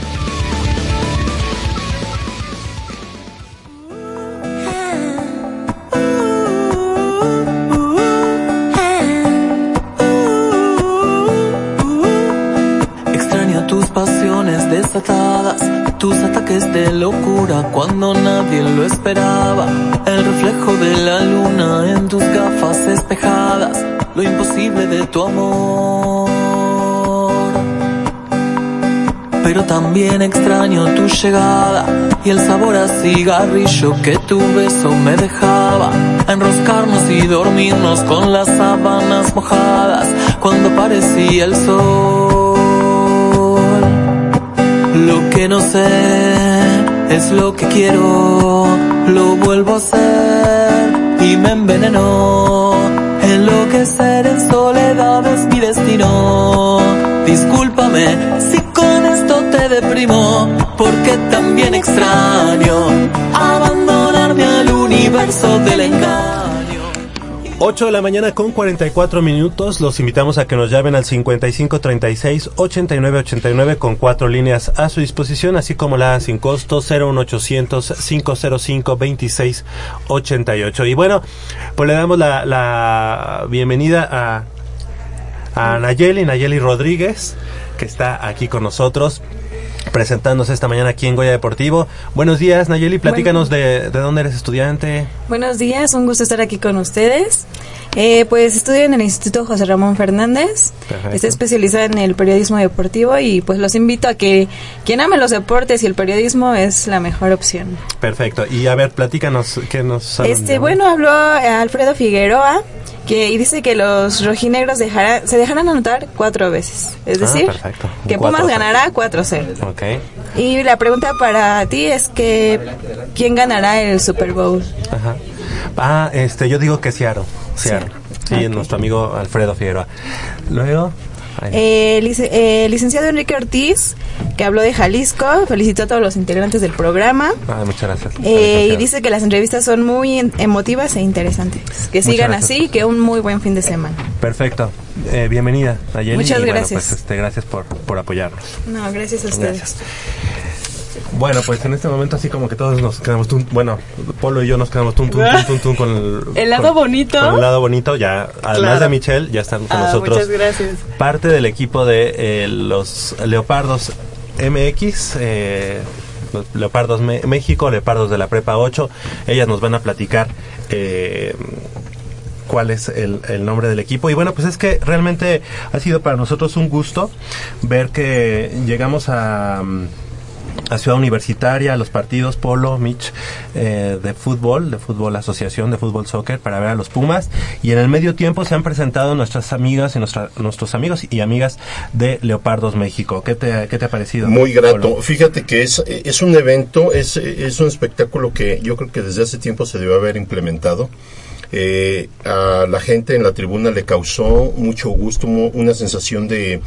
Extraño tus pasiones desatadas, tus ataques de locura cuando nadie lo esperaba. El reflejo de la luna en tus gafas espejadas, lo imposible de tu amor. Pero también extraño tu llegada y el sabor a cigarrillo que tu beso me dejaba. Enroscarnos y dormirnos con las sábanas mojadas cuando aparecía el sol. Lo que no sé es lo que quiero, lo vuelvo a hacer y me envenenó. Enloquecer en soledad es mi destino. Discúlpame si con esto te deprimo, porque también extraño abandonarme al universo del engaño. ocho de la mañana con cuarenta y cuatro minutos. Los invitamos a que nos llamen al cincuenta y cinco treinta y seis ochenta y nueve ochenta y nueve con cuatro líneas a su disposición, así como la sin costo cero uno ochocientos cinco cero cinco veintiséis ochenta y ocho. Y bueno, pues le damos la, la bienvenida a, a Nayeli, Nayeli Rodríguez, que está aquí con nosotros, presentándose esta mañana aquí en Goya Deportivo. Buenos días, Nayeli, platícanos bueno. de, de dónde eres estudiante. Buenos días, un gusto estar aquí con ustedes. Eh, pues estudio en el Instituto José Ramón Fernández. Perfecto. Estoy especializada en el periodismo deportivo y pues los invito a que quien ame los deportes y el periodismo es la mejor opción. Perfecto, y a ver, platícanos, ¿qué nos hablan? Este, bueno, habló Alfredo Figueroa, que y dice que los rojinegros dejará, se dejarán anotar cuatro veces. Es decir, ah, que Pumas ganará cuatro cero. Okay. Y la pregunta para ti es que ¿quién ganará el Super Bowl? Ajá. Ah, este, yo digo que Seattle. Seattle. Sí, okay. Nuestro amigo Alfredo Figueroa. Luego... Eh, lic eh, licenciado Enrique Ortiz, que habló de Jalisco, felicitó a todos los integrantes del programa. Ah, muchas gracias. Eh, y dice que las entrevistas son muy emotivas e interesantes. Que muchas sigan gracias. Así, que un muy buen fin de semana. Perfecto. Eh, bienvenida, Nayeli. Muchas y, gracias. Bueno, pues, este, gracias por, por apoyarnos. No, gracias a ustedes. Gracias. Bueno, pues en este momento así como que todos nos quedamos, tun, bueno, Polo y yo nos quedamos tun, tun, tun, tun, tun, con el... El lado con, bonito. Con el lado bonito, ya, además claro. de Michelle, ya están con ah, nosotros. Muchas gracias. Parte del equipo de eh, los Leopardos M X, eh, los Leopardos Me México, Leopardos de la Prepa ocho. Ellas nos van a platicar eh, cuál es el, el nombre del equipo. Y bueno, pues es que realmente ha sido para nosotros un gusto ver que llegamos a... a Ciudad Universitaria, a los partidos Polo, Mitch, eh, de fútbol, de fútbol asociación, de fútbol soccer, para ver a los Pumas, y en el medio tiempo se han presentado nuestras amigas y nuestra, nuestros amigos y amigas de Leopardos México. ¿Qué te, qué te ha parecido? Muy grato. Polo? Fíjate que es, es un evento, es, es un espectáculo que yo creo que desde hace tiempo se debió haber implementado. Eh, a la gente en la tribuna le causó mucho gusto, una sensación de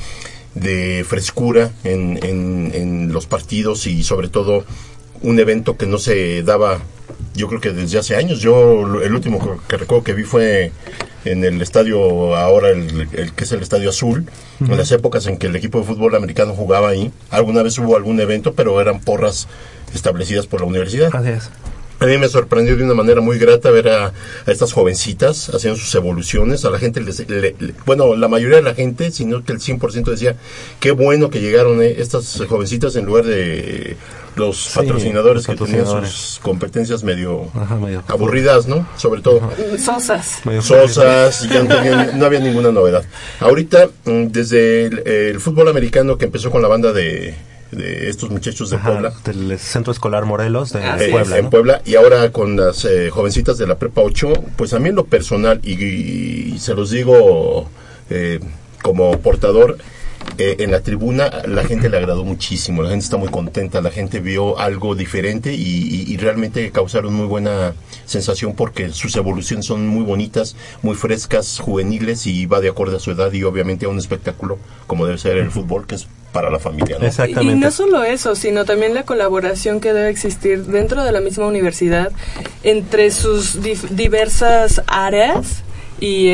de frescura en, en, en los partidos y sobre todo un evento que no se daba, yo creo que desde hace años. Yo el último que, que recuerdo que vi fue en el estadio, ahora el, el que es el Estadio Azul, uh-huh. en las épocas en que el equipo de fútbol americano jugaba ahí. Alguna vez hubo algún evento, pero eran porras establecidas por la universidad. Así es. A mí me sorprendió de una manera muy grata ver a, a estas jovencitas haciendo sus evoluciones. A la gente, les, le, le, bueno, la mayoría de la gente, sino que el cien por ciento decía, qué bueno que llegaron eh, estas jovencitas en lugar de los sí, patrocinadores, los patrocinadores que tenían sus competencias medio, Ajá, medio aburridas, ¿no? Sobre todo. Ajá. Sosas. Sosas, y ya no, tenían, no había ninguna novedad. Ahorita, desde el, el fútbol americano que empezó con la banda de... de estos muchachos de Ajá, Puebla, del Centro Escolar Morelos de eh, Puebla, en ¿no? Puebla, y ahora con las eh, jovencitas de la Prepa ocho, pues a mí en lo personal, y, y, y se los digo eh, como portador, eh, en la tribuna la gente le agradó muchísimo, la gente está muy contenta, la gente vio algo diferente y, y, y realmente causaron muy buena sensación porque sus evoluciones son muy bonitas, muy frescas, juveniles, y va de acuerdo a su edad y obviamente a un espectáculo como debe ser el fútbol, que es para la familia, ¿no? Exactamente. Y no solo eso, sino también la colaboración que debe existir dentro de la misma universidad entre sus dif- diversas áreas y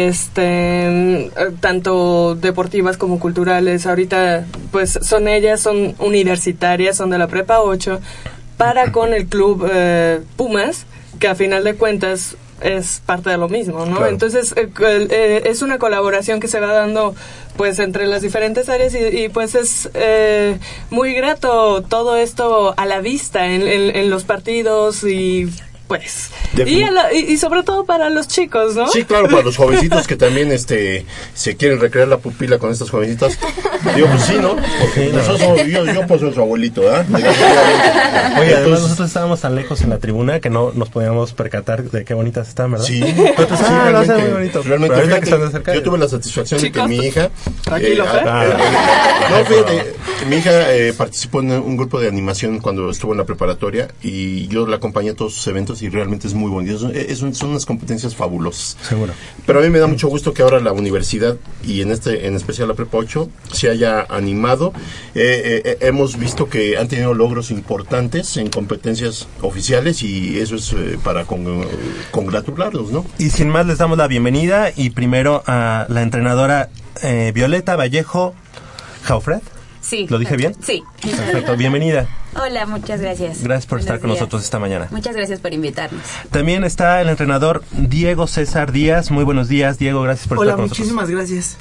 este tanto deportivas como culturales. Ahorita pues son ellas, son universitarias, son de la Prepa ocho, para con el club eh, Pumas, que a final de cuentas es parte de lo mismo, ¿no? Claro. Entonces eh, eh, es una colaboración que se va dando pues entre las diferentes áreas y, y pues es eh, muy grato todo esto a la vista en, en, en los partidos y pues y, a la, y, y sobre todo para los chicos, ¿no? Sí, claro, para los jovencitos que también este se quieren recrear la pupila con estas jovencitas. Digo, pues sí, ¿no? Porque sí, nosotros no. yo, yo pues soy su abuelito, ¿eh? Oye, además nosotros estábamos tan lejos en la tribuna que no nos podíamos percatar de qué bonitas están, ¿verdad? Sí, entonces, sí, ah, realmente, muy bonito. Realmente, fíjate, que están cerca, yo tuve la satisfacción ¿Chicos? de que mi hija Tranquilo, eh, ah, eh, no, fíjate, mi hija eh, participó en un grupo de animación cuando estuvo en la preparatoria y yo la acompañé a todos sus eventos cosas y realmente es muy bonito. Es, es, son unas competencias fabulosas. Seguro. Pero a mí me da mucho gusto que ahora la universidad y en este en especial la Prepa ocho se haya animado. Eh, eh, hemos visto que han tenido logros importantes en competencias oficiales y eso es eh, para con, uh, congratularlos, ¿no? Y sin más les damos la bienvenida y primero a la entrenadora eh, Violeta Vallejo Jaufred. Sí. ¿Lo dije bien? Sí. Perfecto, bienvenida. Hola, muchas gracias. Gracias por Buenos estar con días. nosotros esta mañana. Muchas gracias por invitarnos. También está el entrenador Diego César Díaz. Muy buenos días, Diego, gracias por Hola, estar con nosotros. muchísimas gracias.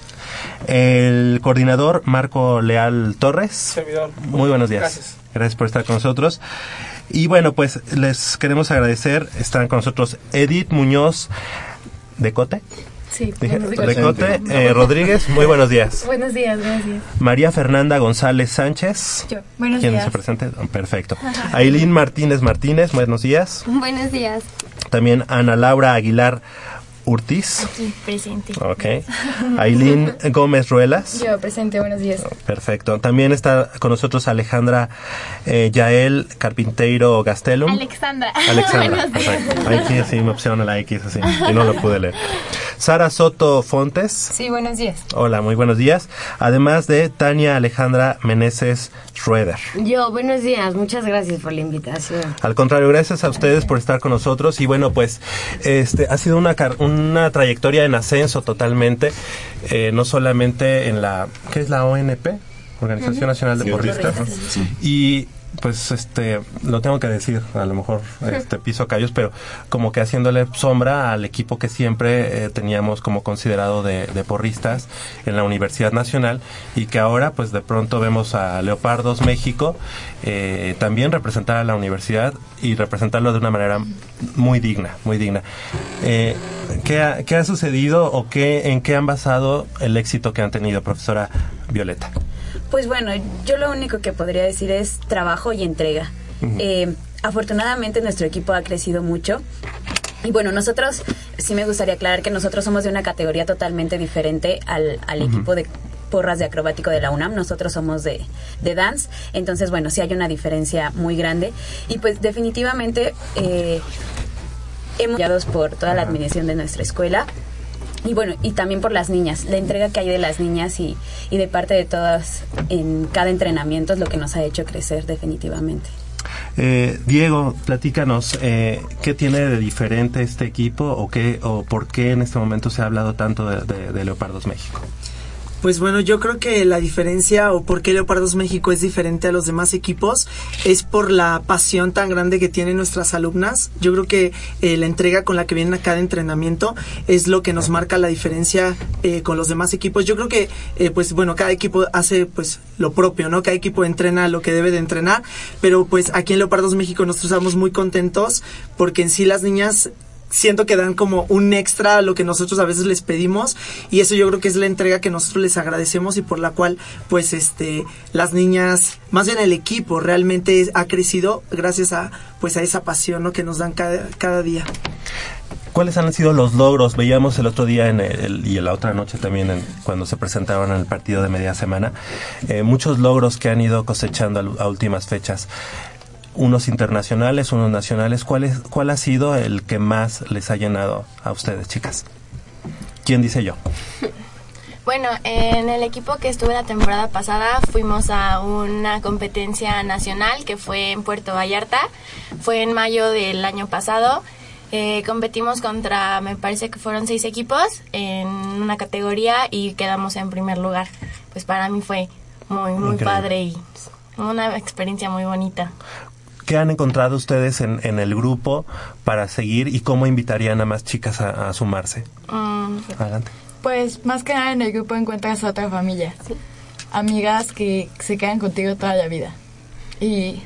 El coordinador Marco Leal Torres. Servidor. Muy buenos días. Gracias. Gracias por estar con nosotros. Y bueno, pues les queremos agradecer. Están con nosotros Edith Muñoz de Cote. Sí, Dije, buenos días. de Cote eh, Rodríguez. Muy buenos días. Buenos días, gracias. María Fernanda González Sánchez. Yo. Buenos ¿Quién días. se presente? Perfecto. Ailín Martínez Martínez. Buenos días. Buenos días. También Ana Laura Aguilar Urtiz. Aquí, presente. Ok. Ailín Gómez Ruelas. Yo, presente, buenos días. Perfecto. También está con nosotros Alejandra eh, Yael Carpinteiro Gastelum. Alexandra. Alexandra. Buenos días. Perfecto. Aquí sí me opciona la X así y no lo pude leer. Sara Soto Fontes. Sí, buenos días. Hola, muy buenos días. Además de Tania Alejandra Meneses Schroeder. Yo, buenos días. Muchas gracias por la invitación. Al contrario, gracias a ustedes por estar con nosotros y bueno, pues este ha sido una car- una trayectoria en ascenso totalmente, eh, no solamente en la ¿qué es la O N P? Organización Uh-huh. Nacional de Sí, Porristas, ¿no? sí. Y pues este lo tengo que decir, a lo mejor este piso callos, pero como que haciéndole sombra al equipo que siempre eh, teníamos como considerado de, de porristas en la Universidad Nacional y que ahora pues de pronto vemos a Leopardos México eh, también representar a la universidad y representarlo de una manera muy digna, muy digna. Eh, ¿qué, ha, ¿Qué ha sucedido o qué, en qué han basado el éxito que han tenido, profesora Violeta? Pues bueno, yo lo único que podría decir es trabajo y entrega. Uh-huh. Eh, afortunadamente nuestro equipo ha crecido mucho. Y bueno, nosotros, sí me gustaría aclarar que nosotros somos de una categoría totalmente diferente al, al uh-huh. equipo de porras de acrobático de la UNAM. Nosotros somos de, de dance. Entonces, bueno, sí hay una diferencia muy grande. Y pues definitivamente eh, hemos apoyados por toda la administración de nuestra escuela. Y bueno, y también por las niñas, la entrega que hay de las niñas y, y de parte de todas en cada entrenamiento es lo que nos ha hecho crecer definitivamente. Eh, Diego, platícanos, eh, ¿qué tiene de diferente este equipo o qué o por qué en este momento se ha hablado tanto de, de, de Leopardos México? Pues bueno, yo creo que la diferencia o por qué Leopardos México es diferente a los demás equipos es por la pasión tan grande que tienen nuestras alumnas. Yo creo que eh, la entrega con la que vienen a cada entrenamiento es lo que nos marca la diferencia eh, con los demás equipos. Yo creo que, eh, pues bueno, cada equipo hace pues lo propio, ¿no? Cada equipo entrena lo que debe de entrenar, pero pues aquí en Leopardos México nosotros estamos muy contentos porque en sí las niñas siento que dan como un extra a lo que nosotros a veces les pedimos y eso yo creo que es la entrega que nosotros les agradecemos y por la cual pues este las niñas, más bien el equipo realmente ha crecido gracias a pues a esa pasión, ¿no? que nos dan cada, cada día. ¿Cuáles han sido los logros? Veíamos el otro día en el, y la otra noche también en, cuando se presentaron en el partido de media semana, eh, muchos logros que han ido cosechando a, a últimas fechas. Unos internacionales, unos nacionales. ¿Cuál es, cuál ha sido el que más les ha llenado a ustedes, chicas? ¿Quién dice yo? Bueno, en el equipo que estuve la temporada pasada fuimos a una competencia nacional que fue en Puerto Vallarta. Fue en mayo del año pasado. Eh, competimos contra, me parece que fueron seis equipos en una categoría y quedamos en primer lugar. Pues para mí fue muy, muy Increíble. Padre y una experiencia muy bonita. ¿Qué han encontrado ustedes en, en el grupo para seguir y cómo invitarían a más chicas a, a sumarse? Mm, Adelante. Pues más que nada en el grupo encuentras a otra familia, ¿sí? Amigas que se quedan contigo toda la vida. Y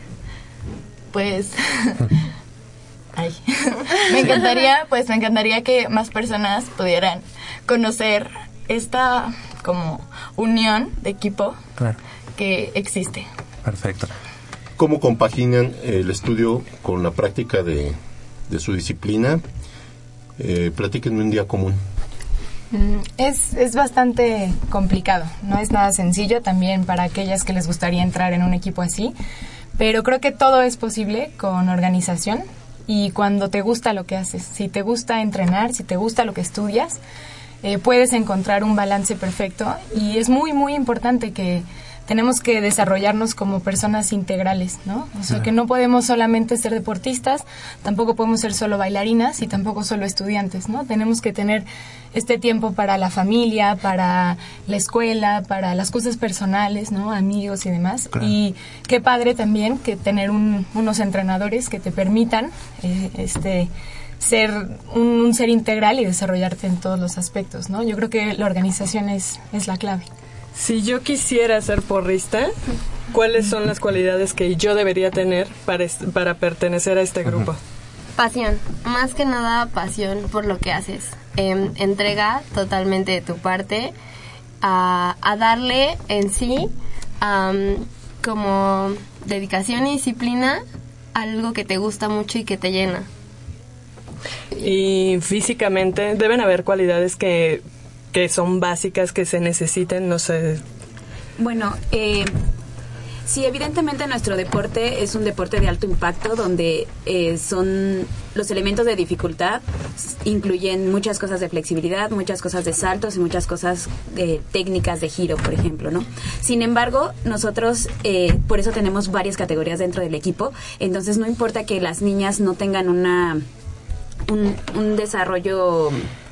pues ay, me encantaría, pues me encantaría que más personas pudieran conocer esta como unión de equipo claro. que existe. Perfecto. ¿Cómo compaginan el estudio con la práctica de, de su disciplina? Eh, platíquenme un día común. Es, es bastante complicado, no es nada sencillo también para aquellas que les gustaría entrar en un equipo así, pero creo que todo es posible con organización y cuando te gusta lo que haces. Si te gusta entrenar, si te gusta lo que estudias, eh, puedes encontrar un balance perfecto, y es muy, muy importante que tenemos que desarrollarnos como personas integrales, ¿no? O sea, que no podemos solamente ser deportistas, tampoco podemos ser solo bailarinas y tampoco solo estudiantes, ¿no? Tenemos que tener este tiempo para la familia, para la escuela, para las cosas personales, ¿no? Amigos y demás. Claro. Y qué padre también que tener un, unos entrenadores que te permitan eh, este ser un, un ser integral y desarrollarte en todos los aspectos, ¿no? Yo creo que la organización es, es la clave. Si yo quisiera ser porrista, ¿cuáles son las cualidades que yo debería tener para, para pertenecer a este grupo? Pasión, más que nada pasión por lo que haces. Eh, entrega totalmente de tu parte a, a darle en sí um, como dedicación y disciplina a algo que te gusta mucho y que te llena. Y físicamente deben haber cualidades que... que son básicas, que se necesiten, no sé. Bueno, eh, sí, evidentemente nuestro deporte es un deporte de alto impacto, donde eh, son los elementos de dificultad, incluyen muchas cosas de flexibilidad, muchas cosas de saltos y muchas cosas de técnicas de giro, por ejemplo, ¿no? Sin embargo, nosotros, eh, por eso tenemos varias categorías dentro del equipo, entonces no importa que las niñas no tengan una un, un desarrollo...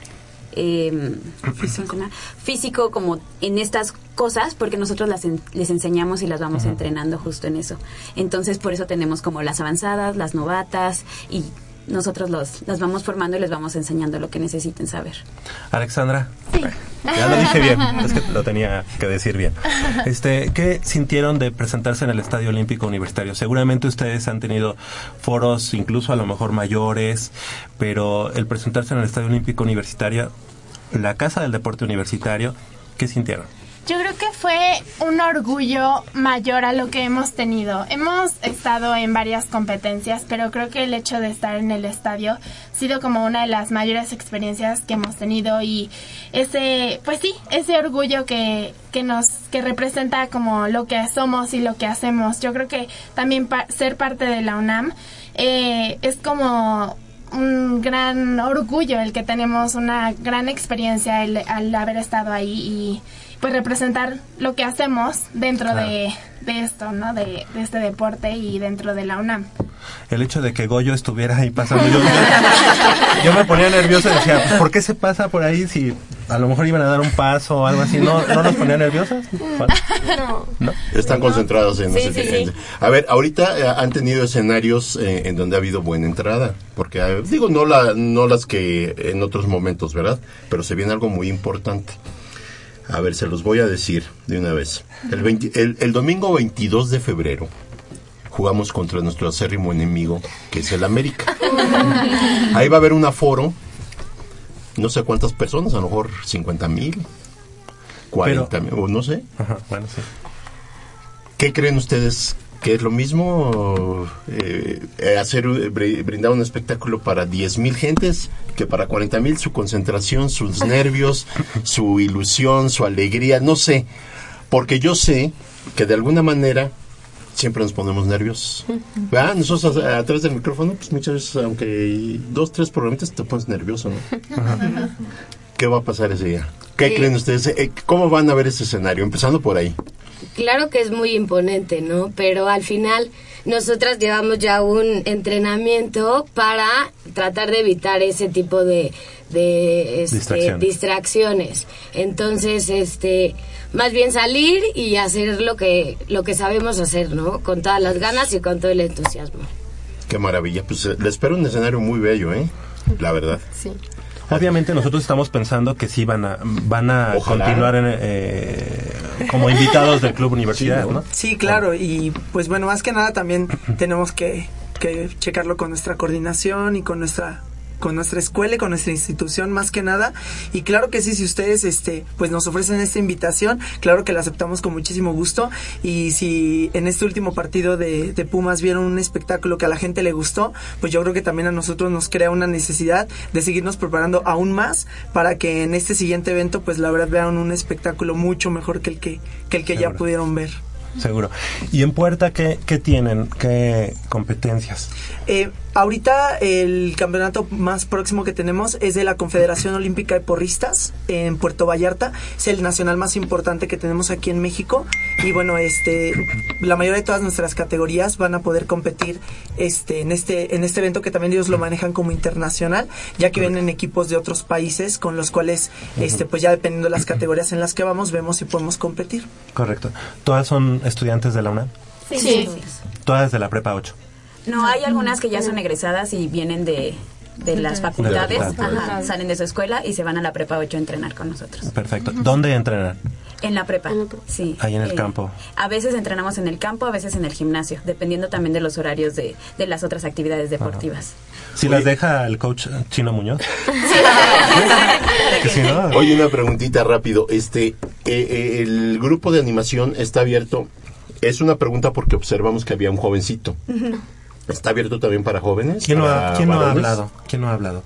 Eh, físico. físico como en estas cosas, porque nosotros las en, les enseñamos y las vamos uh-huh. entrenando justo en eso. Entonces por eso tenemos como las avanzadas, las novatas, y nosotros los las vamos formando y les vamos enseñando lo que necesiten saber. Alexandra, sí. Ya lo dije bien, es que lo tenía que decir bien. Este, ¿qué sintieron de presentarse en el Estadio Olímpico Universitario? Seguramente ustedes han tenido foros incluso a lo mejor mayores, pero el presentarse en el Estadio Olímpico Universitario, la casa del deporte universitario, ¿qué sintieron? Yo creo que fue un orgullo mayor a lo que hemos tenido. Hemos estado en varias competencias, pero creo que el hecho de estar en el estadio ha sido como una de las mayores experiencias que hemos tenido, y ese, pues sí, ese orgullo que, que nos, que representa como lo que somos y lo que hacemos. Yo creo que también pa- ser parte de la UNAM eh, es como un gran orgullo el que tenemos una gran experiencia el, al haber estado ahí y pues representar lo que hacemos dentro claro. de, de esto, ¿no? De, de este deporte y dentro de la UNAM. El hecho de que Goyo estuviera ahí pasando, yo, yo me ponía nervioso y decía, ¿por qué se pasa por ahí si a lo mejor iban a dar un paso o algo así? ¿No, ¿no nos ponía nerviosos? No. ¿No? Están concentrados en sí, ese sí, sí. A ver, ahorita eh, han tenido escenarios eh, en donde ha habido buena entrada, porque eh, digo, no, la, no las que en otros momentos, ¿verdad? Pero se viene algo muy importante. A ver, se los voy a decir de una vez. El, veinte, el, el domingo veintidós de febrero jugamos contra nuestro acérrimo enemigo, que es el América. Ahí va a haber un aforo, no sé cuántas personas, a lo mejor cincuenta mil, cuarenta mil, o no sé. Ajá, bueno, sí. ¿Qué creen ustedes? ¿Que es lo mismo eh, hacer brindar un espectáculo para diez mil gentes que para cuarenta mil? Su concentración, sus nervios, su ilusión, su alegría, no sé, porque yo sé que de alguna manera siempre nos ponemos nerviosos. ¿Verdad? Nosotros a, a través del micrófono, pues muchas veces, aunque dos, tres programitas, te pones nervioso, ¿no? Ajá. ¿Qué va a pasar ese día? ¿Qué sí. creen ustedes? ¿Cómo van a ver ese escenario? Empezando por ahí. Claro que es muy imponente, ¿no? Pero al final nosotras llevamos ya un entrenamiento para tratar de evitar ese tipo de, de este, distracciones. distracciones. Entonces, este, más bien salir y hacer lo que lo que sabemos hacer, ¿no? Con todas las ganas y con todo el entusiasmo. Qué maravilla. Pues eh, les espero un escenario muy bello, ¿eh? La verdad. Sí. Obviamente nosotros estamos pensando que sí van a van a Ojalá. continuar en, eh, como invitados del Club Universidad, ¿no? Sí, claro, y pues bueno, más que nada también tenemos que, que checarlo con nuestra coordinación y con nuestra con nuestra escuela y con nuestra institución más que nada, y claro que sí, si ustedes este pues nos ofrecen esta invitación, claro que la aceptamos con muchísimo gusto, y si en este último partido de, de Pumas vieron un espectáculo que a la gente le gustó, pues yo creo que también a nosotros nos crea una necesidad de seguirnos preparando aún más para que en este siguiente evento pues la verdad vean un espectáculo mucho mejor que el que, que el que ya pudieron ver. seguro. ¿Y en Puerta qué, qué tienen? ¿Qué competencias? Eh, ahorita el campeonato más próximo que tenemos es de la Confederación Olímpica de Porristas en Puerto Vallarta. Es el nacional más importante que tenemos aquí en México. Y bueno, este, la mayoría de todas nuestras categorías van a poder competir este, en este, en este evento, que también ellos lo manejan como internacional, ya que vienen equipos de otros países con los cuales, este, pues ya dependiendo de las categorías en las que vamos, vemos si podemos competir. Correcto. ¿Todas son estudiantes de la UNAM? Sí. sí. Todas de la prepa ocho. No, hay algunas que ya son egresadas y vienen de, de las facultades, de la ajá, salen de su escuela y se van a la prepa ocho a entrenar con nosotros. Perfecto. ¿Dónde entrenan? En la prepa, sí. Ahí en el eh, campo. A veces entrenamos en el campo, a veces en el gimnasio, dependiendo también de los horarios de, de las otras actividades deportivas. ¿Si las deja el coach Chino Muñoz? Sí. No. Oye, una preguntita rápido. Este, eh, eh, el grupo de animación está abierto. Es una pregunta porque observamos que había un jovencito. Uh-huh. ¿Está abierto también para jóvenes? ¿Quién, no ha, ¿quién no ha hablado? ¿Quién no ha hablado?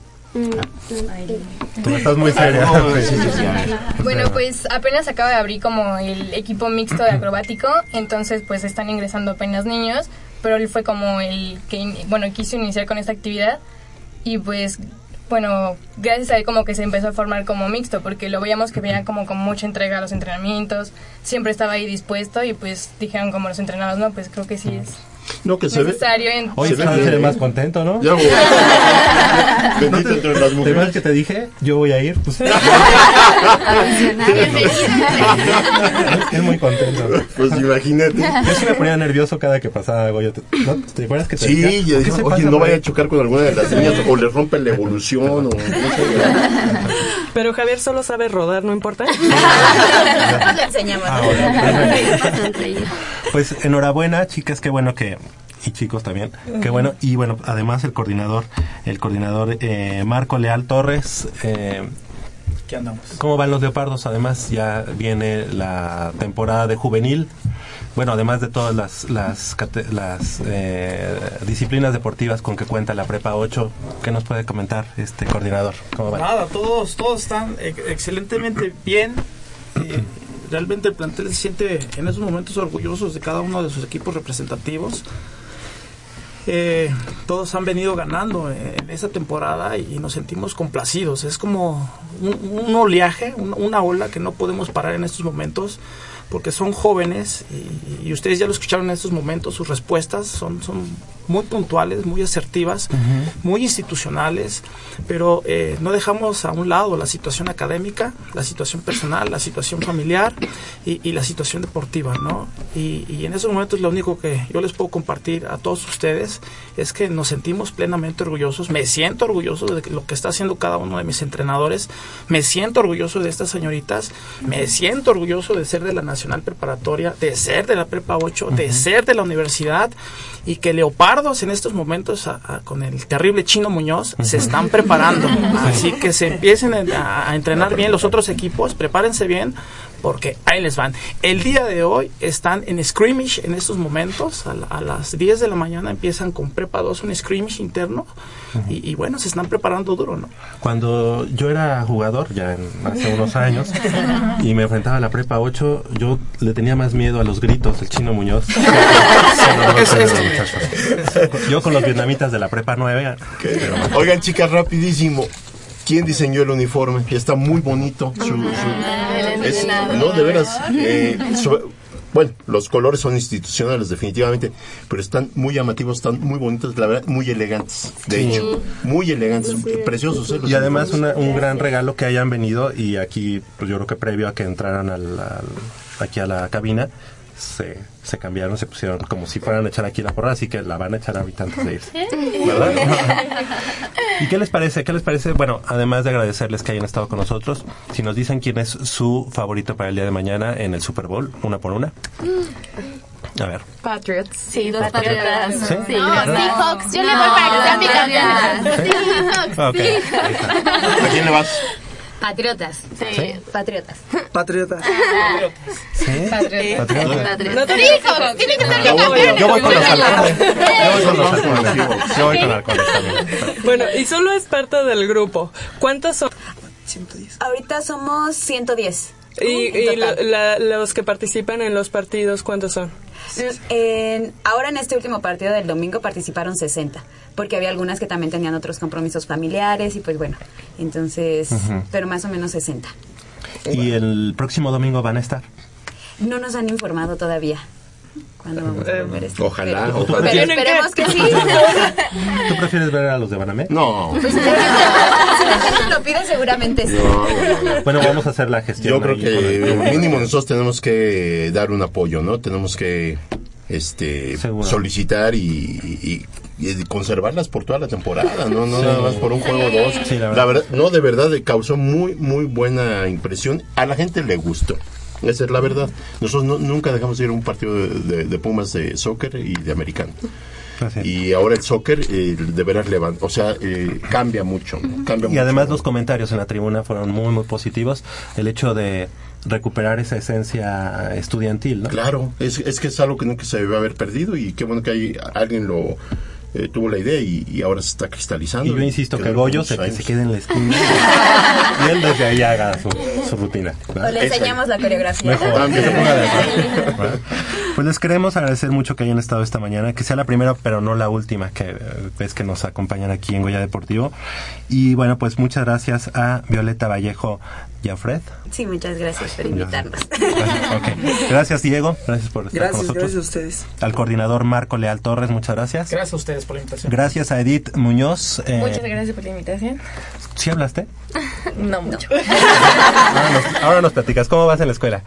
Tú estás muy seria. Bueno, pues apenas acaba de abrir como el equipo mixto de acrobático, entonces pues están ingresando apenas niños, pero él fue como el que, bueno, quiso iniciar con esta actividad y pues, bueno, gracias a él como que se empezó a formar como mixto, porque lo veíamos que venía como con mucha entrega a los entrenamientos, siempre estaba ahí dispuesto y pues dijeron como los entrenados, no, pues creo que sí es no, que se necesario. Ve, en, hoy se ve más contento, ¿no? Ya voy. Bendito no te, entre las mujeres. ¿Te que te dije? Yo voy a ir. Pues. Es muy contento. Pues imagínate. Yo sí me ponía nervioso cada que pasaba Goya. ¿Te, ¿no? ¿Te acuerdas que te sí, decía? yo dije, oye, no vaya a chocar con alguna de las niñas o le rompe la evolución o no sé. Pero Javier solo sabe rodar, ¿no importa? Le enseñamos. Ah, pues enhorabuena, chicas, qué bueno que y chicos también, uh-huh. Qué bueno. Y bueno, además el coordinador, el coordinador eh, Marco Leal Torres. Eh, ¿Qué andamos? ¿Cómo van los leopardos? Además ya viene la temporada de juvenil. Bueno, además de todas las las, las eh, disciplinas deportivas con que cuenta la Prepa ocho, ¿qué nos puede comentar este coordinador? ¿Cómo van? Nada, todos todos están excelentemente bien. Eh, realmente el plantel se siente en esos momentos orgullosos de cada uno de sus equipos representativos. Eh, todos han venido ganando en esta temporada y nos sentimos complacidos. Es como un, un oleaje, un, una ola que no podemos parar en estos momentos, porque son jóvenes y, y ustedes ya lo escucharon en estos momentos. Sus respuestas son, son muy puntuales, muy asertivas, uh-huh. Muy institucionales, pero eh, no dejamos a un lado la situación académica, la situación personal, la situación familiar y, y la situación deportiva, ¿no? Y, y en esos momentos lo único que yo les puedo compartir a todos ustedes es que nos sentimos plenamente orgullosos. Me siento orgulloso de lo que está haciendo cada uno de mis entrenadores, me siento orgulloso de estas señoritas, me siento orgulloso de ser de la Nacional Preparatoria, de ser de la Prepa ocho, uh-huh. De ser de la universidad, y que Leopardos en estos momentos a, a, con el terrible Chino Muñoz uh-huh. Se están preparando, así que se empiecen a, a entrenar bien los otros equipos, prepárense bien, porque ahí les van. El día de hoy están en scrimmage en estos momentos, a, la, a las diez de la mañana empiezan con Prepa dos un scrimmage interno, uh-huh. y, y bueno, se están preparando duro, ¿no? Cuando yo era jugador, ya en, hace unos años, y me enfrentaba a la Prepa ocho, yo le tenía más miedo a los gritos del Chino Muñoz. Yo con los vietnamitas de la Prepa nueve. Pero... Oigan, chicas, rapidísimo. ¿Quién diseñó el uniforme? Está muy bonito. Su, su, es, no, de veras. Eh, su, bueno, los colores son institucionales definitivamente, pero están muy llamativos, están muy bonitos, la verdad, muy elegantes. De sí. hecho, muy elegantes, sí. Preciosos. ¿Eh? Y además una, un gran regalo que hayan venido, y aquí pues yo creo que previo a que entraran al, al, aquí a la cabina, se, se cambiaron, se pusieron como si fueran a echar aquí la porra, así que la van a echar ahorita antes de irse, ¿verdad? ¿Y qué les parece? ¿Qué les parece? Bueno, además de agradecerles que hayan estado con nosotros, si nos dicen quién es su favorito para el día de mañana en el Super Bowl, una por una. A ver. Patriots. Sí, los Patriotas. ¿Sí? Sí, no, Seahawks. Yo le voy para que sean bicampeones. Seahawks. Okay. ¿A quién le vas? Patriotas. Sí. ¿Sí? Patriotas. Patriotas. ¿Sí? Patriotas. Patriotas. No te Seahawks. Tiene que ser bicampeones. Yo voy con los halcones. Yo voy con los halcones. Yo voy con halcones también. Bueno, y solo es parte del grupo. ¿Cuántos son? ciento diez. Ahorita somos ciento diez. ¿Y, y la, la, los que participan en los partidos, cuántos son? En, ahora en este último partido del domingo participaron sesenta, porque había algunas que también tenían otros compromisos familiares y pues bueno, entonces, uh-huh. pero más o menos sesenta. ¿Y el próximo domingo van a estar? No nos han informado todavía. Cuando vamos a ver esto. Ojalá, pero, ojalá. Pero esperemos que sí. ¿Tú prefieres ver a los de Banamex? No. Pues, si la gente lo pide, seguramente sí. No, no, no. Bueno, vamos a hacer la gestión. Yo creo que mínimo nosotros tenemos que dar un apoyo, ¿no? Tenemos que este Seguro. solicitar y, y, y conservarlas por toda la temporada, no, no sí. nada más por un juego o dos. Sí, la, verdad. la verdad, no, de verdad causó muy, muy buena impresión. A la gente le gustó. Esa es la verdad. Nosotros no, nunca dejamos de ir a un partido de, de, de Pumas de soccer y de americano. Así. Y ahora el soccer eh, de veras levanta, o sea, eh, cambia mucho, ¿no? Cambia y mucho, además ¿no? Los comentarios en la tribuna fueron muy, muy positivos. El hecho de recuperar esa esencia estudiantil, ¿no? Claro, es, es que es algo que nunca se debe haber perdido y qué bueno que hay, alguien lo... Eh, tuvo la idea y, y ahora se está cristalizando. Y yo insisto que Goyo se, que se quede en la esquina y él desde ahí haga su, su rutina, ¿no? O le enseñamos la coreografía. Mejor, que se ponga de acuerdo. Bueno, pues les queremos agradecer mucho que hayan estado esta mañana, que sea la primera pero no la última que vez que nos acompañan aquí en Goya Deportivo. Y bueno, pues muchas gracias a Violeta Vallejo Jafred. Sí, muchas gracias por invitarnos. Okay. Gracias, Diego. Gracias por estar gracias, con nosotros. Gracias a ustedes. Al coordinador Marco Leal Torres, muchas gracias. Gracias a ustedes por la invitación. Gracias a Edith Muñoz. Eh, muchas gracias por la invitación. ¿Sí hablaste? No mucho. Ahora nos, ahora nos platicas. ¿Cómo vas en la escuela?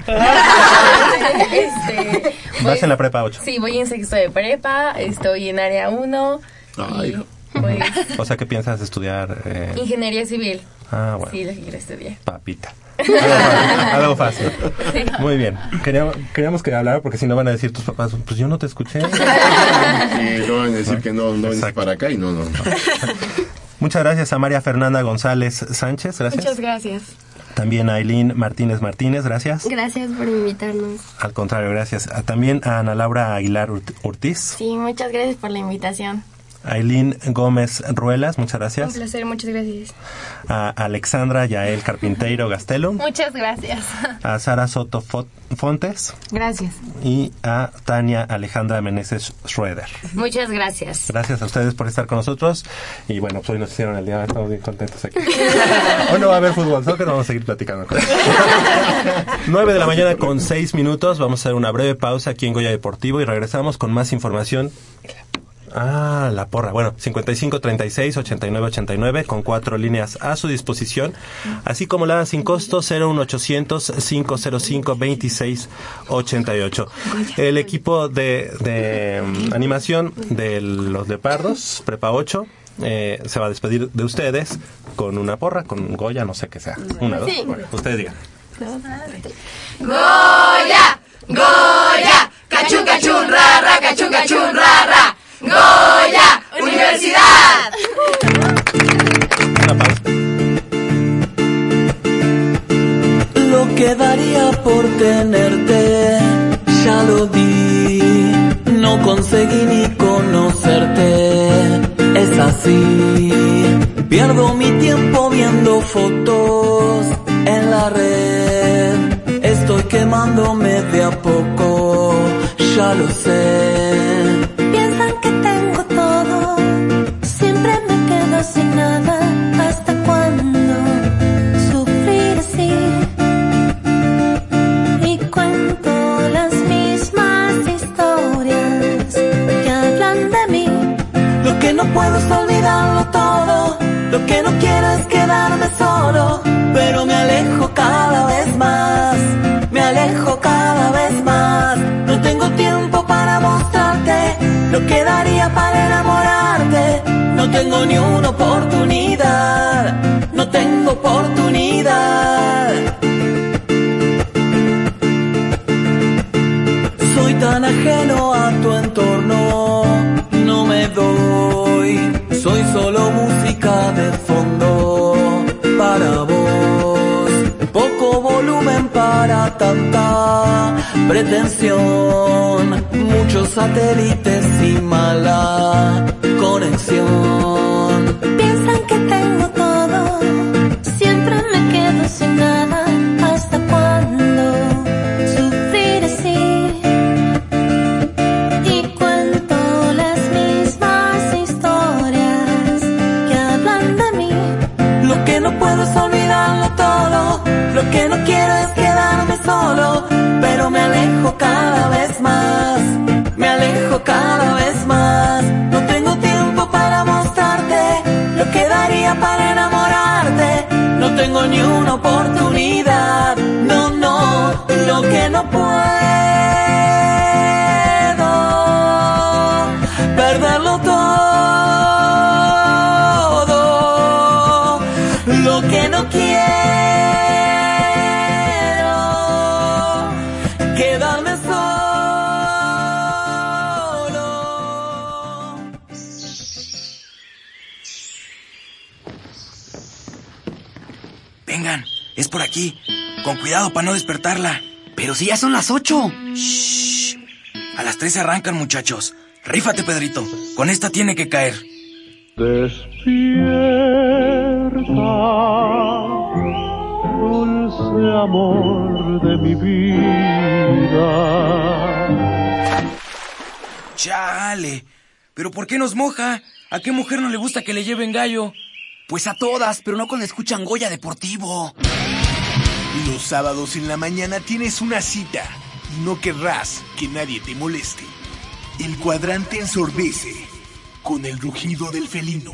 este, ¿Vas voy, en la prepa ocho? Sí, voy en sexto de prepa. Estoy en área uno. Ay. Y, pues, o sea, ¿qué piensas estudiar? Eh... Ingeniería civil. Ah, bueno. Sí, lo que quiero estudiar. Papita. Algo fácil. Algo fácil. Sí. Muy bien. Queríamos, queríamos que hablara porque si no van a decir tus papás, pues yo no te escuché. Sí, no van a decir que no, no vienes para acá y no, no, no. Muchas gracias a María Fernanda González Sánchez. Gracias. Muchas gracias. También a Aileen Martínez Martínez, gracias. Gracias por invitarnos. Al contrario, gracias. A, también a Ana Laura Aguilar Ortiz. Sí, muchas gracias por la invitación. Aileen Gómez Ruelas, muchas gracias. Un placer, muchas gracias. A Alexandra Yael Carpinteiro Gastelo. Muchas gracias. A Sara Soto Fontes. Gracias. Y a Tania Alejandra Meneses Schroeder. Muchas gracias. Gracias a ustedes por estar con nosotros. Y bueno, pues hoy nos hicieron el día, estamos bien contentos aquí. Hoy no va a haber fútbol, soccer, vamos a seguir platicando con nueve de la mañana con seis minutos. Vamos a hacer una breve pausa aquí en Goya Deportivo y regresamos con más información. Ah, la porra. Bueno, cincuenta y cinco, treinta y seis, ochenta y nueve, ochenta y nueve con cuatro líneas a su disposición, así como la sin costo cero uno ochocientos, cinco cero cinco, veintiséis ochenta y ocho. El equipo de, de um, animación de los Leopardos, Prepa ocho, eh, se va a despedir de ustedes con una porra, con Goya, no sé qué sea. Una, dos. Sí. Bueno, ustedes digan. Goya, Goya, cachun, cachun, ra, ra, cachun, cachun, ra, ra. Goya, Universidad. Lo que daría por tenerte, ya lo di. No conseguí ni conocerte, es así. Pierdo mi tiempo viendo fotos en la red. Estoy quemándome de a poco, ya lo sé. Piensan que tengo todo, siempre me quedo sin nada. ¿Hasta cuándo sufrir así? Y cuento las mismas historias que hablan de mí. Lo que no puedo es olvidarlo todo, lo que no quiero es quedarme solo, pero me alejo cada vez más, me alejo cada vez más. No tengo tiempo para mostrarte lo que daría para enamorarte. No tengo ni una oportunidad, no tengo oportunidad. Soy tan ajeno a tu entorno, no me doy. Soy solo música de fondo para vos. Poco volumen para tanta pretensión. Muchos satélites y mala conexión. Piensan que tengo todo, siempre me quedo sin nada. ¿Hasta cuándo no puedo es olvidarlo todo. Lo que no quiero es quedarme solo, pero me alejo cada vez más, me alejo cada vez más. No tengo tiempo para mostrarte lo que daría para enamorarte. No tengo ni una oportunidad, no, no, lo que no puedo, perderlo todo, lo que no quiero, quedarme solo. Vengan, es por aquí. Con cuidado para no despertarla. Pero si ya son las ocho. Shh. A las tres arrancan, muchachos. Rífate, Pedrito. Con esta tiene que caer. Despierta, dulce amor de mi vida. Chale. ¿Pero por qué nos moja? ¿A qué mujer no le gusta que le lleven gallo? Pues a todas, pero no cuando escuchan Goya Deportivo. Los sábados en la mañana tienes una cita y no querrás que nadie te moleste. El cuadrante ensordece con el rugido del felino.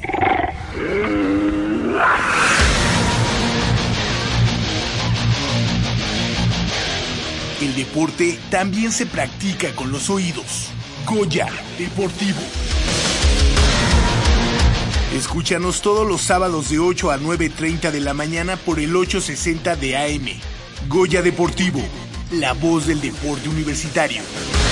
El deporte también se practica con los oídos. Goya Deportivo. Escúchanos todos los sábados de ocho a nueve treinta de la mañana por el ochocientos sesenta de A M. Goya Deportivo, la voz del deporte universitario.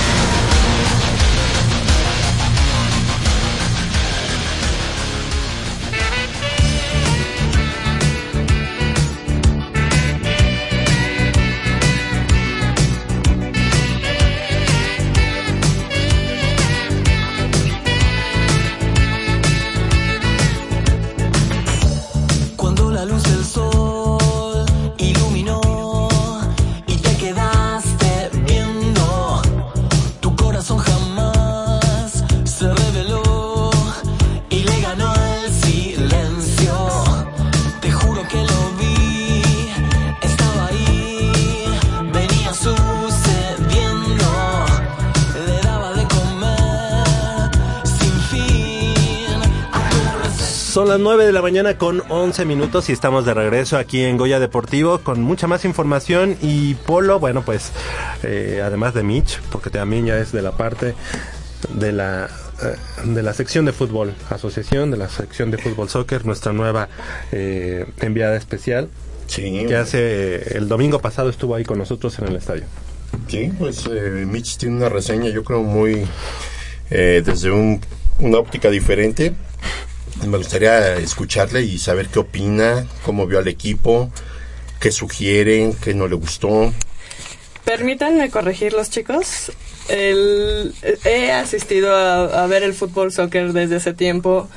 Son las nueve de la mañana con once minutos y estamos de regreso aquí en Goya Deportivo con mucha más información. Y Polo, bueno, pues eh, además de Mitch, porque también ya es de la parte de la eh, de la sección de fútbol, asociación de la sección de fútbol soccer, nuestra nueva eh, enviada especial, sí, que hace el domingo pasado estuvo ahí con nosotros en el estadio. Sí, pues eh, Mitch tiene una reseña, yo creo muy eh, desde un, una óptica diferente. Me gustaría escucharle y saber qué opina, cómo vio al equipo, qué sugieren, qué no le gustó. Permítanme corregirlos, chicos. El, he asistido a, a ver el fútbol soccer desde hace tiempo.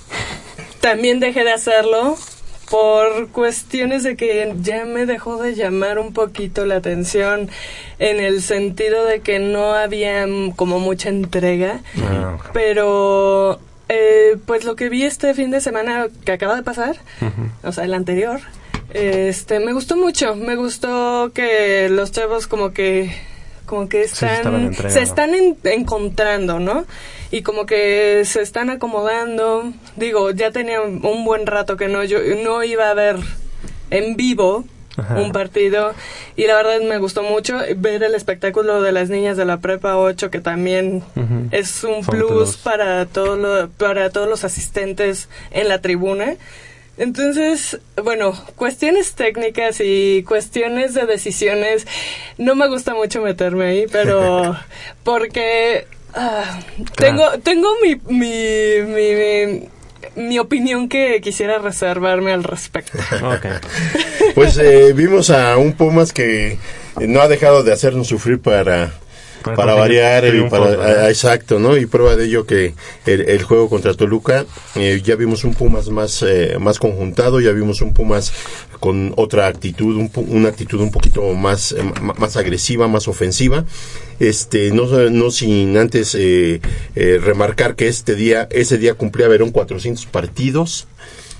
También dejé de hacerlo por cuestiones de que ya me dejó de llamar un poquito la atención, en el sentido de que no había como mucha entrega. Ah, okay. Pero eh, pues lo que vi este fin de semana que acaba de pasar, uh-huh. o sea, el anterior, este, me gustó mucho. Me gustó que los chavos como que como que están sí, se están en, encontrando, ¿no? Y como que se están acomodando. Digo, ya tenía un buen rato que no yo no iba a ver en vivo Ajá. un partido, y la verdad me gustó mucho ver el espectáculo de las niñas de la Prepa ocho, que también uh-huh. es un plus, plus para todo lo, para todos los asistentes en la tribuna. Entonces, bueno, cuestiones técnicas y cuestiones de decisiones, no me gusta mucho meterme ahí, pero porque ah, tengo tengo mi mi, mi mi mi opinión que quisiera reservarme al respecto. Okay. Pues eh, vimos a un Pumas que no ha dejado de hacernos sufrir para para, para variar y para a, exacto, ¿no? Y prueba de ello que el, el juego contra Toluca, eh, ya vimos un Pumas más eh, más conjuntado, ya vimos un Pumas con otra actitud, un, una actitud un poquito más eh, más agresiva, más ofensiva. Este, no, no sin antes eh, eh, remarcar que este día, ese día cumplía Verón cuatrocientos partidos.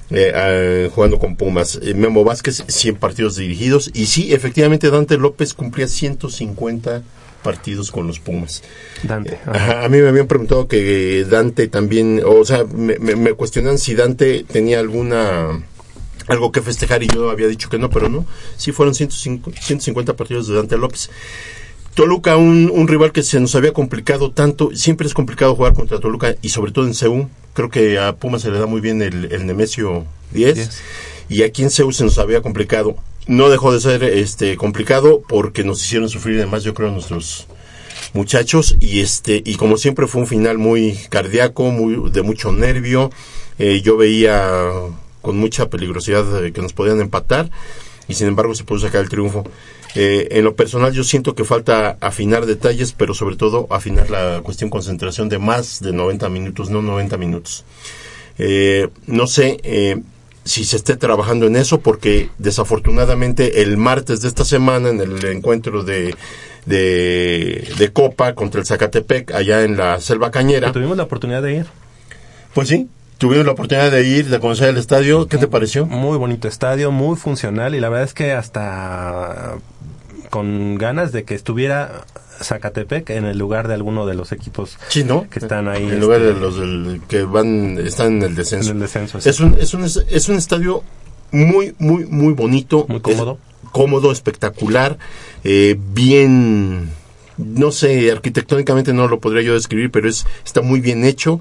eh, eh, jugando con Pumas. Eh, Memo Vázquez, cien partidos dirigidos. Y sí, efectivamente, Dante López cumplía ciento cincuenta partidos con los Pumas. Dante. Ajá, a mí me habían preguntado que Dante también, o sea, me, me, me cuestionan si Dante tenía alguna algo que festejar y yo había dicho que no, pero no. Sí fueron ciento cincuenta partidos de Dante López. Toluca, un, un rival que se nos había complicado tanto. Siempre es complicado jugar contra Toluca y sobre todo en C U. Creo que a Pumas se le da muy bien el, el Nemesio diez, diez. Y aquí en C U se nos había complicado. No dejó de ser este complicado porque nos hicieron sufrir además, yo creo, nuestros muchachos, y este y como siempre fue un final muy cardíaco, muy de mucho nervio. Eh, yo veía con mucha peligrosidad eh, que nos podían empatar, y sin embargo se pudo sacar el triunfo. Eh, en lo personal yo siento que falta afinar detalles, pero sobre todo afinar la cuestión concentración de más de noventa minutos, no noventa minutos. Eh, no sé eh, si se esté trabajando en eso, porque desafortunadamente el martes de esta semana, en el encuentro de de, de Copa contra el Zacatepec, allá en la Selva Cañera, tuvimos la oportunidad de ir. Pues sí, tuvimos la oportunidad de ir, de conocer el estadio. ¿Qué te pareció? Muy bonito estadio, muy funcional, y la verdad es que hasta con ganas de que estuviera Zacatepec en el lugar de alguno de los equipos sí, ¿no? que están ahí. En este, lugar de los del, que van están en el descenso. En el descenso es, un, es, un, es un estadio muy, muy, muy bonito. Muy cómodo. Es cómodo, espectacular, eh, bien, no sé, arquitectónicamente no lo podría yo describir, pero es está muy bien hecho.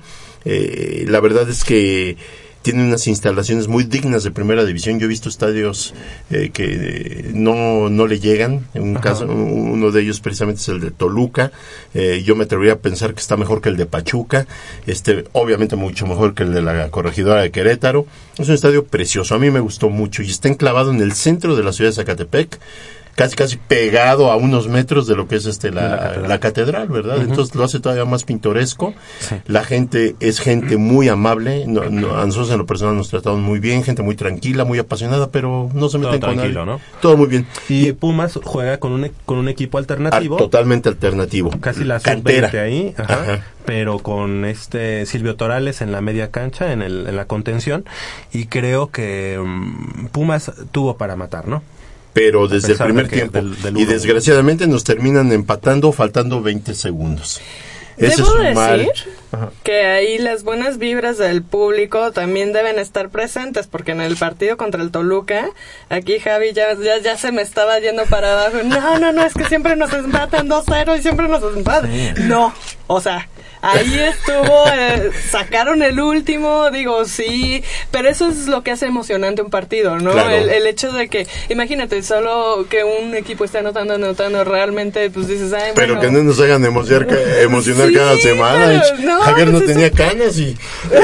Eh, la verdad es que tiene unas instalaciones muy dignas de primera división. Yo he visto estadios eh, que eh, no no le llegan. En un Ajá. caso, uno de ellos precisamente es el de Toluca. Eh, yo me atrevería a pensar que está mejor que el de Pachuca. Este, obviamente mucho mejor que el de la Corregidora de Querétaro. Es un estadio precioso. A mí me gustó mucho y está enclavado en el centro de la ciudad de Zacatepec, casi casi pegado a unos metros de lo que es este la, la, catedral. la catedral, ¿verdad? Uh-huh. Entonces lo hace todavía más pintoresco. Sí. La gente es gente muy amable. No, no, a nosotros en lo personal nos trataron muy bien, gente muy tranquila, muy apasionada, pero no se meten con nadie. ¿No? Todo muy bien. Y Pumas juega con un con un equipo alternativo. A, totalmente alternativo. Casi la sub veinte ahí, ajá, ajá. Pero con este Silvio Torales en la media cancha, en el en la contención, y creo que um, Pumas tuvo para matar, ¿no? Pero desde el primer de tiempo del, del y desgraciadamente nos terminan empatando faltando veinte segundos. Ese Debo es un mal... decir que ahí las buenas vibras del público también deben estar presentes, porque en el partido contra el Toluca, aquí Javi ya, ya, ya se me estaba yendo para abajo. No, no, no, es que siempre nos empatan dos cero y siempre nos empatan. Sí. No, o sea, ahí estuvo, eh, sacaron el último, digo, sí, pero eso es lo que hace emocionante un partido, ¿no? Claro. El, el hecho de que, imagínate, solo que un equipo esté anotando, anotando, realmente, pues dices, ay, bueno. Pero que no nos hagan emocionar, emocionar sí, cada semana. No, Javier no pues tenía eso... canas y...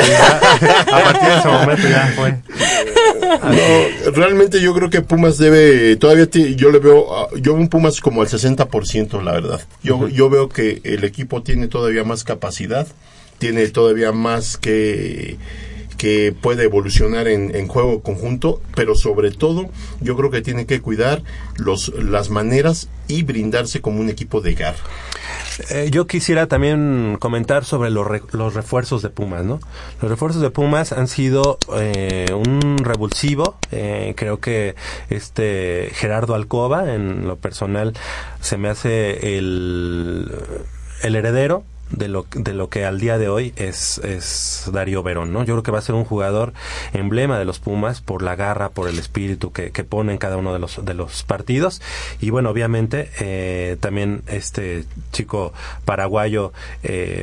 a partir de ese momento ya fue. No, realmente yo creo que Pumas debe, todavía t- yo le veo, yo veo un Pumas como al sesenta por ciento, la verdad. Yo, uh-huh. yo veo que el equipo tiene todavía más capacidad, tiene todavía más que que puede evolucionar en, en juego conjunto, pero sobre todo yo creo que tiene que cuidar los las maneras y brindarse como un equipo de garra. Eh, yo quisiera también comentar sobre los, re, los refuerzos de Pumas, ¿no? Los refuerzos de Pumas han sido eh, un revulsivo. Eh, creo que este Gerardo Alcoba, en lo personal, se me hace el, el heredero de lo de lo que al día de hoy es es Darío Verón, ¿no? Yo creo que va a ser un jugador emblema de los Pumas por la garra, por el espíritu que, que pone en cada uno de los de los partidos. Y bueno, obviamente eh, también este chico paraguayo eh,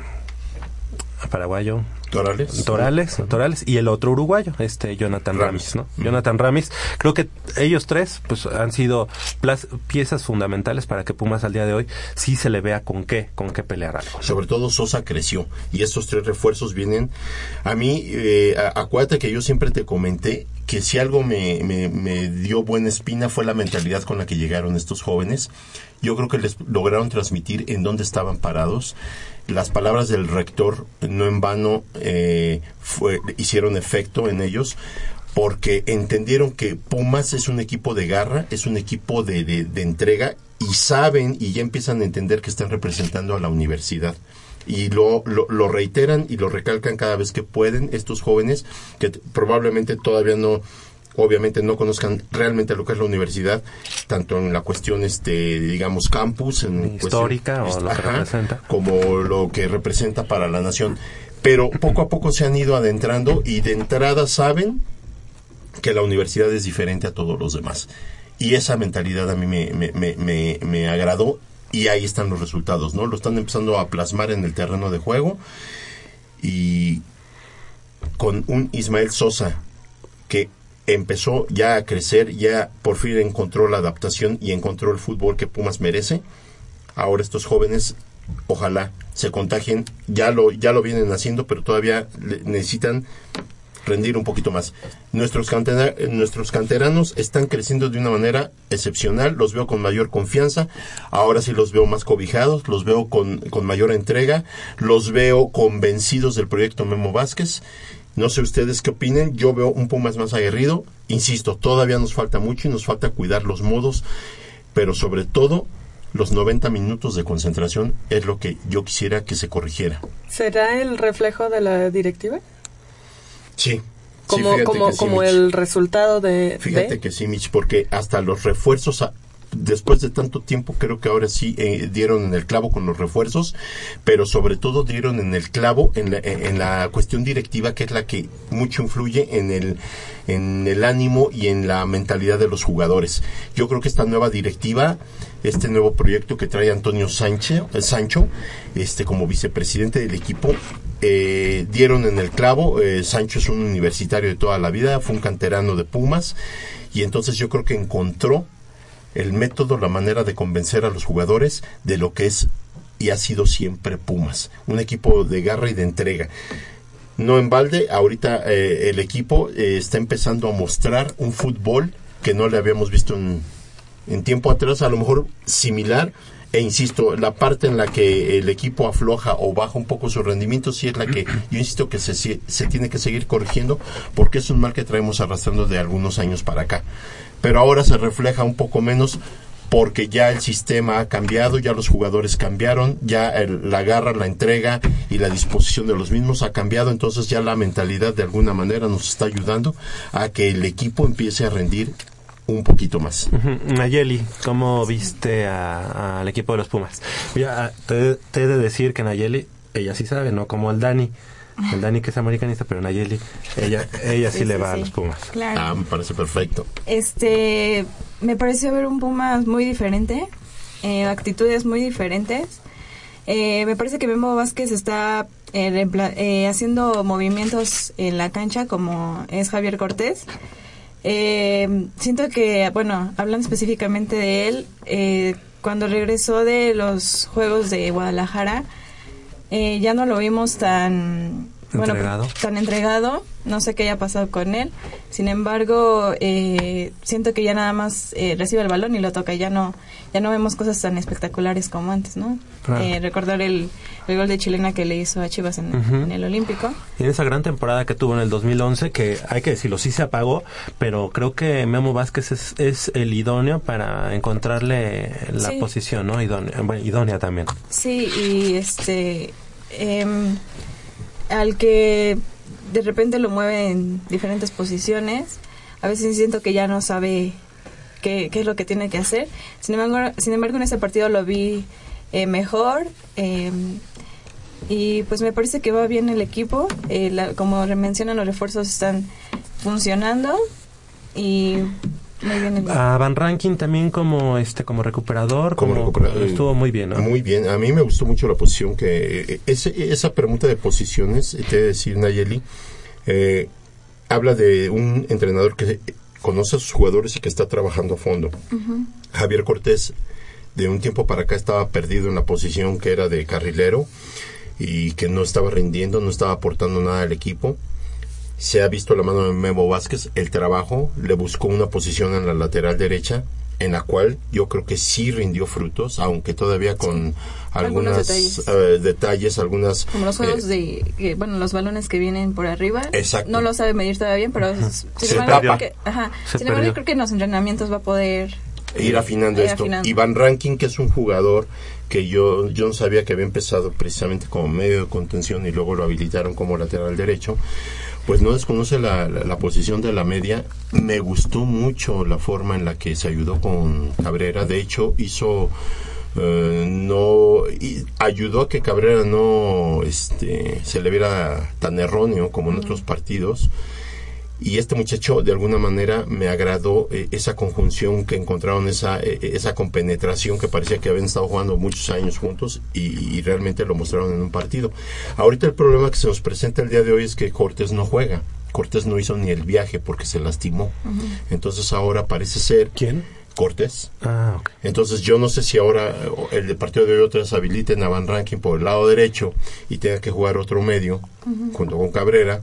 paraguayo Torales. Torales, Torales y el otro uruguayo, este Jonathan Ramis, ¿no? Mm. Jonathan Ramis, creo que ellos tres pues han sido plas- piezas fundamentales para que Pumas al día de hoy sí se le vea con qué, con qué pelear algo. Sobre todo Sosa creció y estos tres refuerzos vienen a mí, eh, acuérdate que yo siempre te comenté que si algo me, me, me dio buena espina fue la mentalidad con la que llegaron estos jóvenes. Yo creo que les lograron transmitir en dónde estaban parados. Las palabras del rector, no en vano, eh, fue, hicieron efecto en ellos, porque entendieron que Pumas es un equipo de garra, es un equipo de, de, de entrega, y saben y ya empiezan a entender que están representando a la universidad. y lo, lo, lo reiteran y lo recalcan cada vez que pueden estos jóvenes que t- probablemente todavía no, obviamente no conozcan realmente lo que es la universidad, tanto en la cuestión, este, digamos, campus, en histórica cuestión, o lo que ajá, representa, como lo que representa para la nación. Pero poco a poco se han ido adentrando y de entrada saben que la universidad es diferente a todos los demás. Y esa mentalidad a mí me, me, me, me, me agradó y ahí están los resultados, ¿no? Lo están empezando a plasmar en el terreno de juego y con un Ismael Sosa que empezó ya a crecer, ya por fin encontró la adaptación y encontró el fútbol que Pumas merece. Ahora estos jóvenes, ojalá se contagien, ya lo, ya lo vienen haciendo, pero todavía le, necesitan rendir un poquito más. Nuestros, cantera, nuestros canteranos están creciendo de una manera excepcional, los veo con mayor confianza, ahora sí los veo más cobijados, los veo con, con mayor entrega, los veo convencidos del proyecto Memo Vázquez. No sé ustedes qué opinen, yo veo un Pumas más aguerrido, insisto, todavía nos falta mucho y nos falta cuidar los modos, pero sobre todo los noventa minutos de concentración es lo que yo quisiera que se corrigiera. ¿Será el reflejo de la directiva? Sí. Como, sí, como, sí, como el resultado de... Fíjate de... que sí, Mitch, porque hasta los refuerzos... A, después de tanto tiempo creo que ahora sí eh, dieron en el clavo con los refuerzos, pero sobre todo dieron en el clavo en la, en la cuestión directiva, que es la que mucho influye en el en el ánimo y en la mentalidad de los jugadores. Yo creo que esta nueva directiva, este nuevo proyecto que trae Antonio Sánchez, eh, Sancho, este como vicepresidente del equipo, eh, dieron en el clavo. eh, Sancho es un universitario de toda la vida, fue un canterano de Pumas, y entonces yo creo que encontró el método, la manera de convencer a los jugadores de lo que es y ha sido siempre Pumas, un equipo de garra y de entrega. No en balde, ahorita eh, el equipo eh, está empezando a mostrar un fútbol que no le habíamos visto en, en tiempo atrás, a lo mejor similar, e insisto, la parte en la que el equipo afloja o baja un poco su rendimiento, sí es la que yo insisto que se, se tiene que seguir corrigiendo, porque es un mal que traemos arrastrando de algunos años para acá. Pero ahora se refleja un poco menos porque ya el sistema ha cambiado, ya los jugadores cambiaron, ya el, la garra, la entrega y la disposición de los mismos ha cambiado, entonces ya la mentalidad de alguna manera nos está ayudando a que el equipo empiece a rendir un poquito más. Uh-huh. Nayeli, ¿cómo viste al equipo de los Pumas? Ya, te, te he de decir que Nayeli, ella sí sabe, no como el Dani. El Dani que es americanista, pero Nayeli, ella, ella sí, sí le sí, va sí. a los Pumas. Claro. Ah, me parece perfecto. Este, me pareció ver un Pumas muy diferente, eh, actitudes muy diferentes. Eh, me parece que Memo Vázquez está eh, reempla- eh, haciendo movimientos en la cancha como es Javier Cortés. Eh, siento que, bueno, hablando específicamente de él, eh, cuando regresó de los Juegos de Guadalajara, Eh, ya no lo vimos tan entregado. bueno tan entregado, no sé qué haya pasado con él. Sin embargo, eh, siento que ya nada más eh, recibe el balón y lo toca, ya no ya no vemos cosas tan espectaculares como antes, ¿no? Claro. Eh, recordar el, el gol de chilena que le hizo a Chivas en, uh-huh. en el Olímpico. Y en esa gran temporada que tuvo en el dos mil once, que hay que decirlo, sí se apagó, pero creo que Memo Vázquez es, es el idóneo para encontrarle la sí. posición, ¿no? Idónea, bueno, idónea también. Sí, y este eh, al que de repente lo mueve en diferentes posiciones, a veces siento que ya no sabe qué, qué es lo que tiene que hacer. Sin embargo, sin embargo en ese partido lo vi eh, mejor, eh, y pues me parece que va bien el equipo. Eh, la, como mencionan, los refuerzos están funcionando y muy bien el... A Van Rankin también como este como recuperador, como, como recuperador estuvo muy bien, ¿no? Muy bien, a mí me gustó mucho la posición que ese, esa pregunta de posiciones, te voy a decir, Nayeli, eh, habla de un entrenador que conoce a sus jugadores y que está trabajando a fondo. Uh-huh. Javier Cortés de un tiempo para acá estaba perdido en la posición que era de carrilero y que no estaba rindiendo, no estaba aportando nada al equipo. Se ha visto la mano de Memo Vázquez, el trabajo, le buscó una posición en la lateral derecha, en la cual yo creo que sí rindió frutos, aunque todavía con sí. algunos detalles. Uh, detalles, algunas... Como los juegos eh, de, que, bueno, los balones que vienen por arriba, exacto. no lo sabe medir todavía bien, pero uh-huh. sin embargo, creo que, ajá, sin embargo, yo creo que en los entrenamientos va a poder ir afinando ir esto. afinando. Y Van Rankin, que es un jugador que yo, yo no sabía que había empezado precisamente como medio de contención y luego lo habilitaron como lateral derecho, pues no desconoce la, la, la posición de la media. Me gustó mucho la forma en la que se ayudó con Cabrera. De hecho, hizo... Uh, no y ayudó a que Cabrera no este se le viera tan erróneo como en uh-huh. otros partidos, y este muchacho de alguna manera me agradó eh, esa conjunción que encontraron, esa eh, esa compenetración que parecía que habían estado jugando muchos años juntos y, y realmente lo mostraron en un partido. Ahorita el problema que se nos presenta el día de hoy es que Cortés no juega. Cortés no hizo ni el viaje porque se lastimó. Uh-huh. Entonces ahora parece ser... ¿Quién? Cortés. Ah, okay. Entonces yo no sé si ahora el partido de hoy otra vez habiliten a Van Rankin por el lado derecho y tenga que jugar otro medio uh-huh. junto con Cabrera,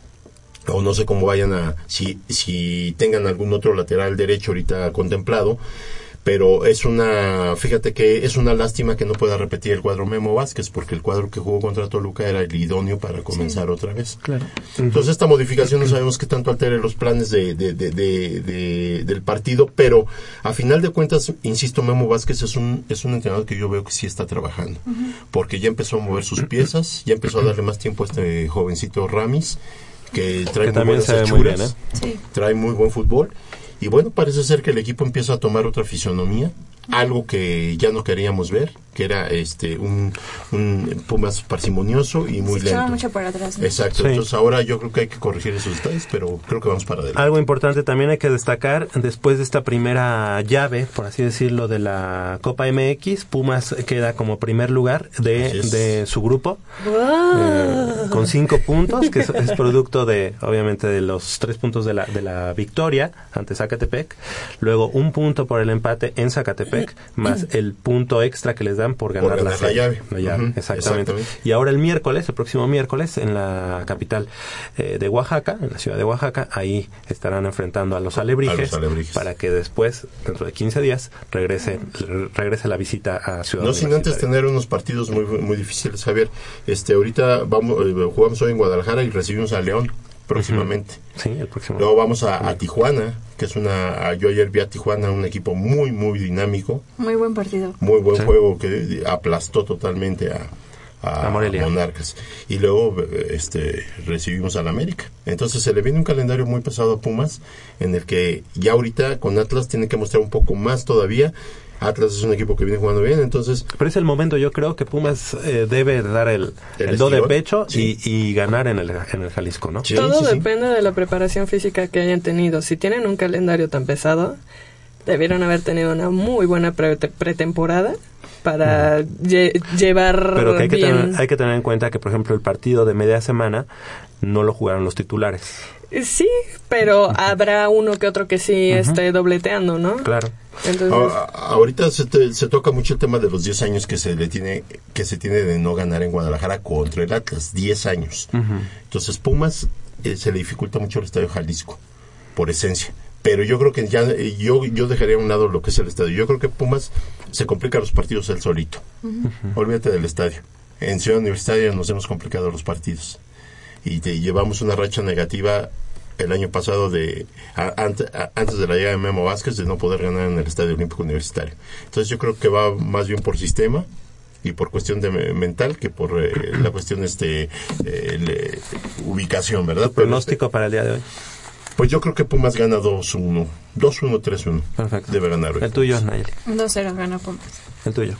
o no sé cómo vayan a, si, si tengan algún otro lateral derecho ahorita contemplado, pero es una, fíjate que es una lástima que no pueda repetir el cuadro Memo Vázquez, porque el cuadro que jugó contra Toluca era el idóneo para comenzar sí. otra vez. Claro. Entonces esta modificación no sabemos qué tanto altere los planes de, de, de, de, de, del partido, pero a final de cuentas, insisto, Memo Vázquez es un, es un entrenador que yo veo que sí está trabajando, uh-huh. porque ya empezó a mover sus piezas, ya empezó a darle más tiempo a este jovencito Ramis, que trae que muy buenas hechuras, muy bien, ¿eh? sí. trae muy buen fútbol. Y bueno, parece ser que el equipo empieza a tomar otra fisonomía, algo que ya no queríamos ver, que era este un, un Pumas parsimonioso y muy Se lento. echaba mucho para atrás, ¿no? Exacto, sí. Entonces ahora yo creo que hay que corregir esos detalles, pero creo que vamos para adelante. Algo importante también hay que destacar, después de esta primera llave, por así decirlo, de la Copa M X, Pumas queda como primer lugar de, de su grupo, wow. eh, con cinco puntos, que es, es producto de, obviamente, de los tres puntos de la, de la victoria ante Zacatepec, luego un punto por el empate en Zacatepec, más el punto extra que les dan por ganar, por ganar la, la llave. La llave Uh-huh, exactamente. exactamente. Y ahora el miércoles, el próximo miércoles, en la capital eh, de Oaxaca, en la ciudad de Oaxaca, ahí estarán enfrentando a los Alebrijes, a los Alebrijes. para que después, dentro de quince días, regrese regrese la visita a Ciudad No sin antes tener unos partidos muy muy difíciles, Javier. Este, ahorita vamos eh, jugamos hoy en Guadalajara y recibimos a León próximamente. Uh-huh. Sí, el próximo. Luego vamos a, a Tijuana, que es una... Yo ayer vi a Tijuana, un equipo muy, muy dinámico. Muy buen partido. Muy buen sí. juego que aplastó totalmente a, a, a Monarcas. Y luego este recibimos al América. Entonces se le viene un calendario muy pesado a Pumas, en el que ya ahorita con Atlas tiene que mostrar un poco más todavía. Atlas es un equipo que viene jugando bien, entonces... Pero es el momento, yo creo que Pumas eh, debe dar el, el, el do de pecho sí. y, y ganar en el, en el Jalisco, ¿no? Sí, Todo sí, depende sí. de la preparación física que hayan tenido. Si tienen un calendario tan pesado, debieron haber tenido una muy buena pre- pretemporada para uh-huh. lle- llevar Pero que hay, que bien. tener, hay que tener en cuenta que, por ejemplo, el partido de media semana no lo jugaron los titulares. Sí, pero uh-huh. habrá uno que otro que sí uh-huh. esté dobleteando, ¿no? Claro. Entonces, a, ahorita se, te, se toca mucho el tema de los diez años que se le tiene que se tiene de no ganar en Guadalajara contra el Atlas, diez años. Uh-huh. Entonces Pumas eh, se le dificulta mucho el Estadio Jalisco por esencia. Pero yo creo que ya eh, yo yo dejaría a un lado lo que es el estadio. Yo creo que Pumas se complica los partidos él solito. Uh-huh. Olvídate del estadio. En Ciudad Universitaria nos hemos complicado los partidos y te llevamos una racha negativa el año pasado de a, ante, a, antes de la llegada de Memo Vázquez de no poder ganar en el Estadio Olímpico Universitario. Entonces yo creo que va más bien por sistema y por cuestión de mental que por eh, la cuestión este eh, le, ubicación, ¿verdad? ¿Tu pronóstico para el día de hoy? Pues yo creo que Pumas gana dos uno, dos uno, tres uno. Perfecto. Debe ganar hoy. El tuyo, Nayeli. dos cero gana Pumas. El tuyo.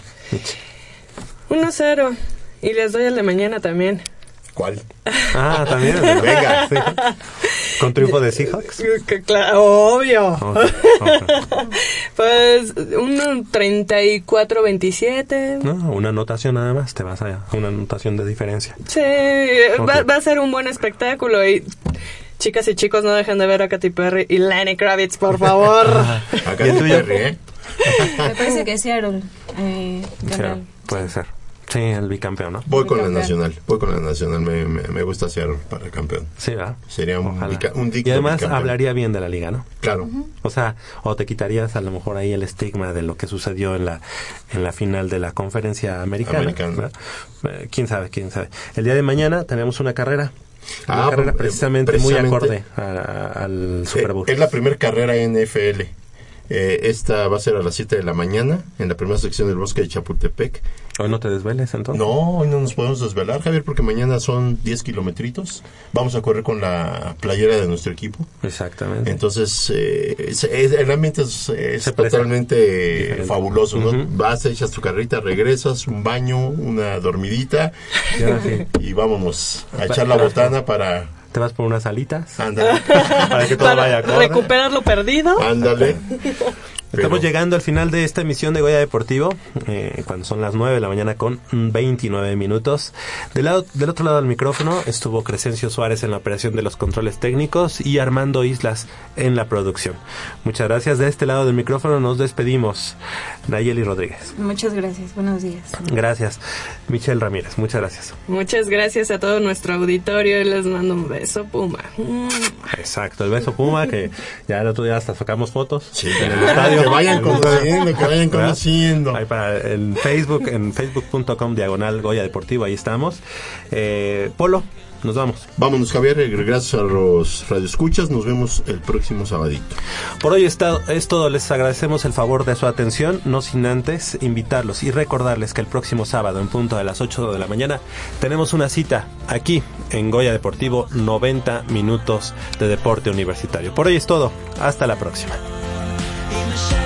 uno cero. Y les doy el de mañana también. ¿Cuál? Ah, también. Venga. Sí. ¿Con triunfo de Seahawks? Claro, obvio. Okay, okay. Pues un treinta y cuatro veintisiete. No, una anotación nada más. Te vas a una anotación de diferencia. Sí, okay. va, va a ser un buen espectáculo. Y chicas y chicos, no dejen de ver a Katy Perry y Lenny Kravitz, por favor. A Katy Perry, ¿eh? Me parece que Seattle. Eh, Seattle, puede ser. Sí, el bicampeón, ¿no? Voy con la Nacional, voy con la Nacional, me, me, me gusta Seattle para el campeón. Sí, ¿verdad? Sería un, bica, un digno Y además bicampeón. hablaría bien de la liga, ¿no? Claro. Uh-huh. O sea, o te quitarías a lo mejor ahí el estigma de lo que sucedió en la en la final de la conferencia americana. Americana. Eh, quién sabe, quién sabe. El día de mañana tenemos una carrera. Una ah, carrera precisamente, precisamente muy acorde a, a, al Super Bowl. Es la primera carrera N F L. Eh, esta va a ser a las siete de la mañana en la primera sección del Bosque de Chapultepec. Hoy no te desveles, entonces. No, hoy no nos podemos desvelar, Javier, porque mañana son diez kilometritos. Vamos a correr con la playera de nuestro equipo. Exactamente. Entonces, eh, es, es, el ambiente es, es totalmente diferente. Fabuloso, ¿no? Uh-huh. Vas, echas tu carrita, regresas, un baño, una dormidita sí. y vámonos a echar la botana para... Te vas por unas alitas. Ándale. Para que todo para vaya a recuperar lo perdido. Ándale. Estamos Pero... llegando al final de esta emisión de Goya Deportivo, eh, cuando son las nueve de la mañana con veintinueve minutos. Del, lado, del otro lado del micrófono estuvo Crescencio Suárez en la operación de los controles técnicos y Armando Islas en la producción. Muchas gracias. De este lado del micrófono nos despedimos. Nayeli Rodríguez. Muchas gracias. Buenos días. Gracias. Michelle Ramírez. Muchas gracias. Muchas gracias a todo nuestro auditorio y les mando un beso, Puma. Exacto, el beso Puma, que ya el otro día hasta sacamos fotos sí, en el estadio. Que vayan conociendo, que vayan conociendo. Ahí para en Facebook, en facebook punto com diagonal Goya Deportivo, ahí estamos. Eh, Polo, nos vamos. Vámonos, Javier, gracias a los radioescuchas, nos vemos el próximo sabadito. Por hoy está, es todo, les agradecemos el favor de su atención, no sin antes invitarlos y recordarles que el próximo sábado en punto de las ocho de la mañana tenemos una cita aquí en Goya Deportivo, noventa minutos de deporte universitario. Por hoy es todo, hasta la próxima. In the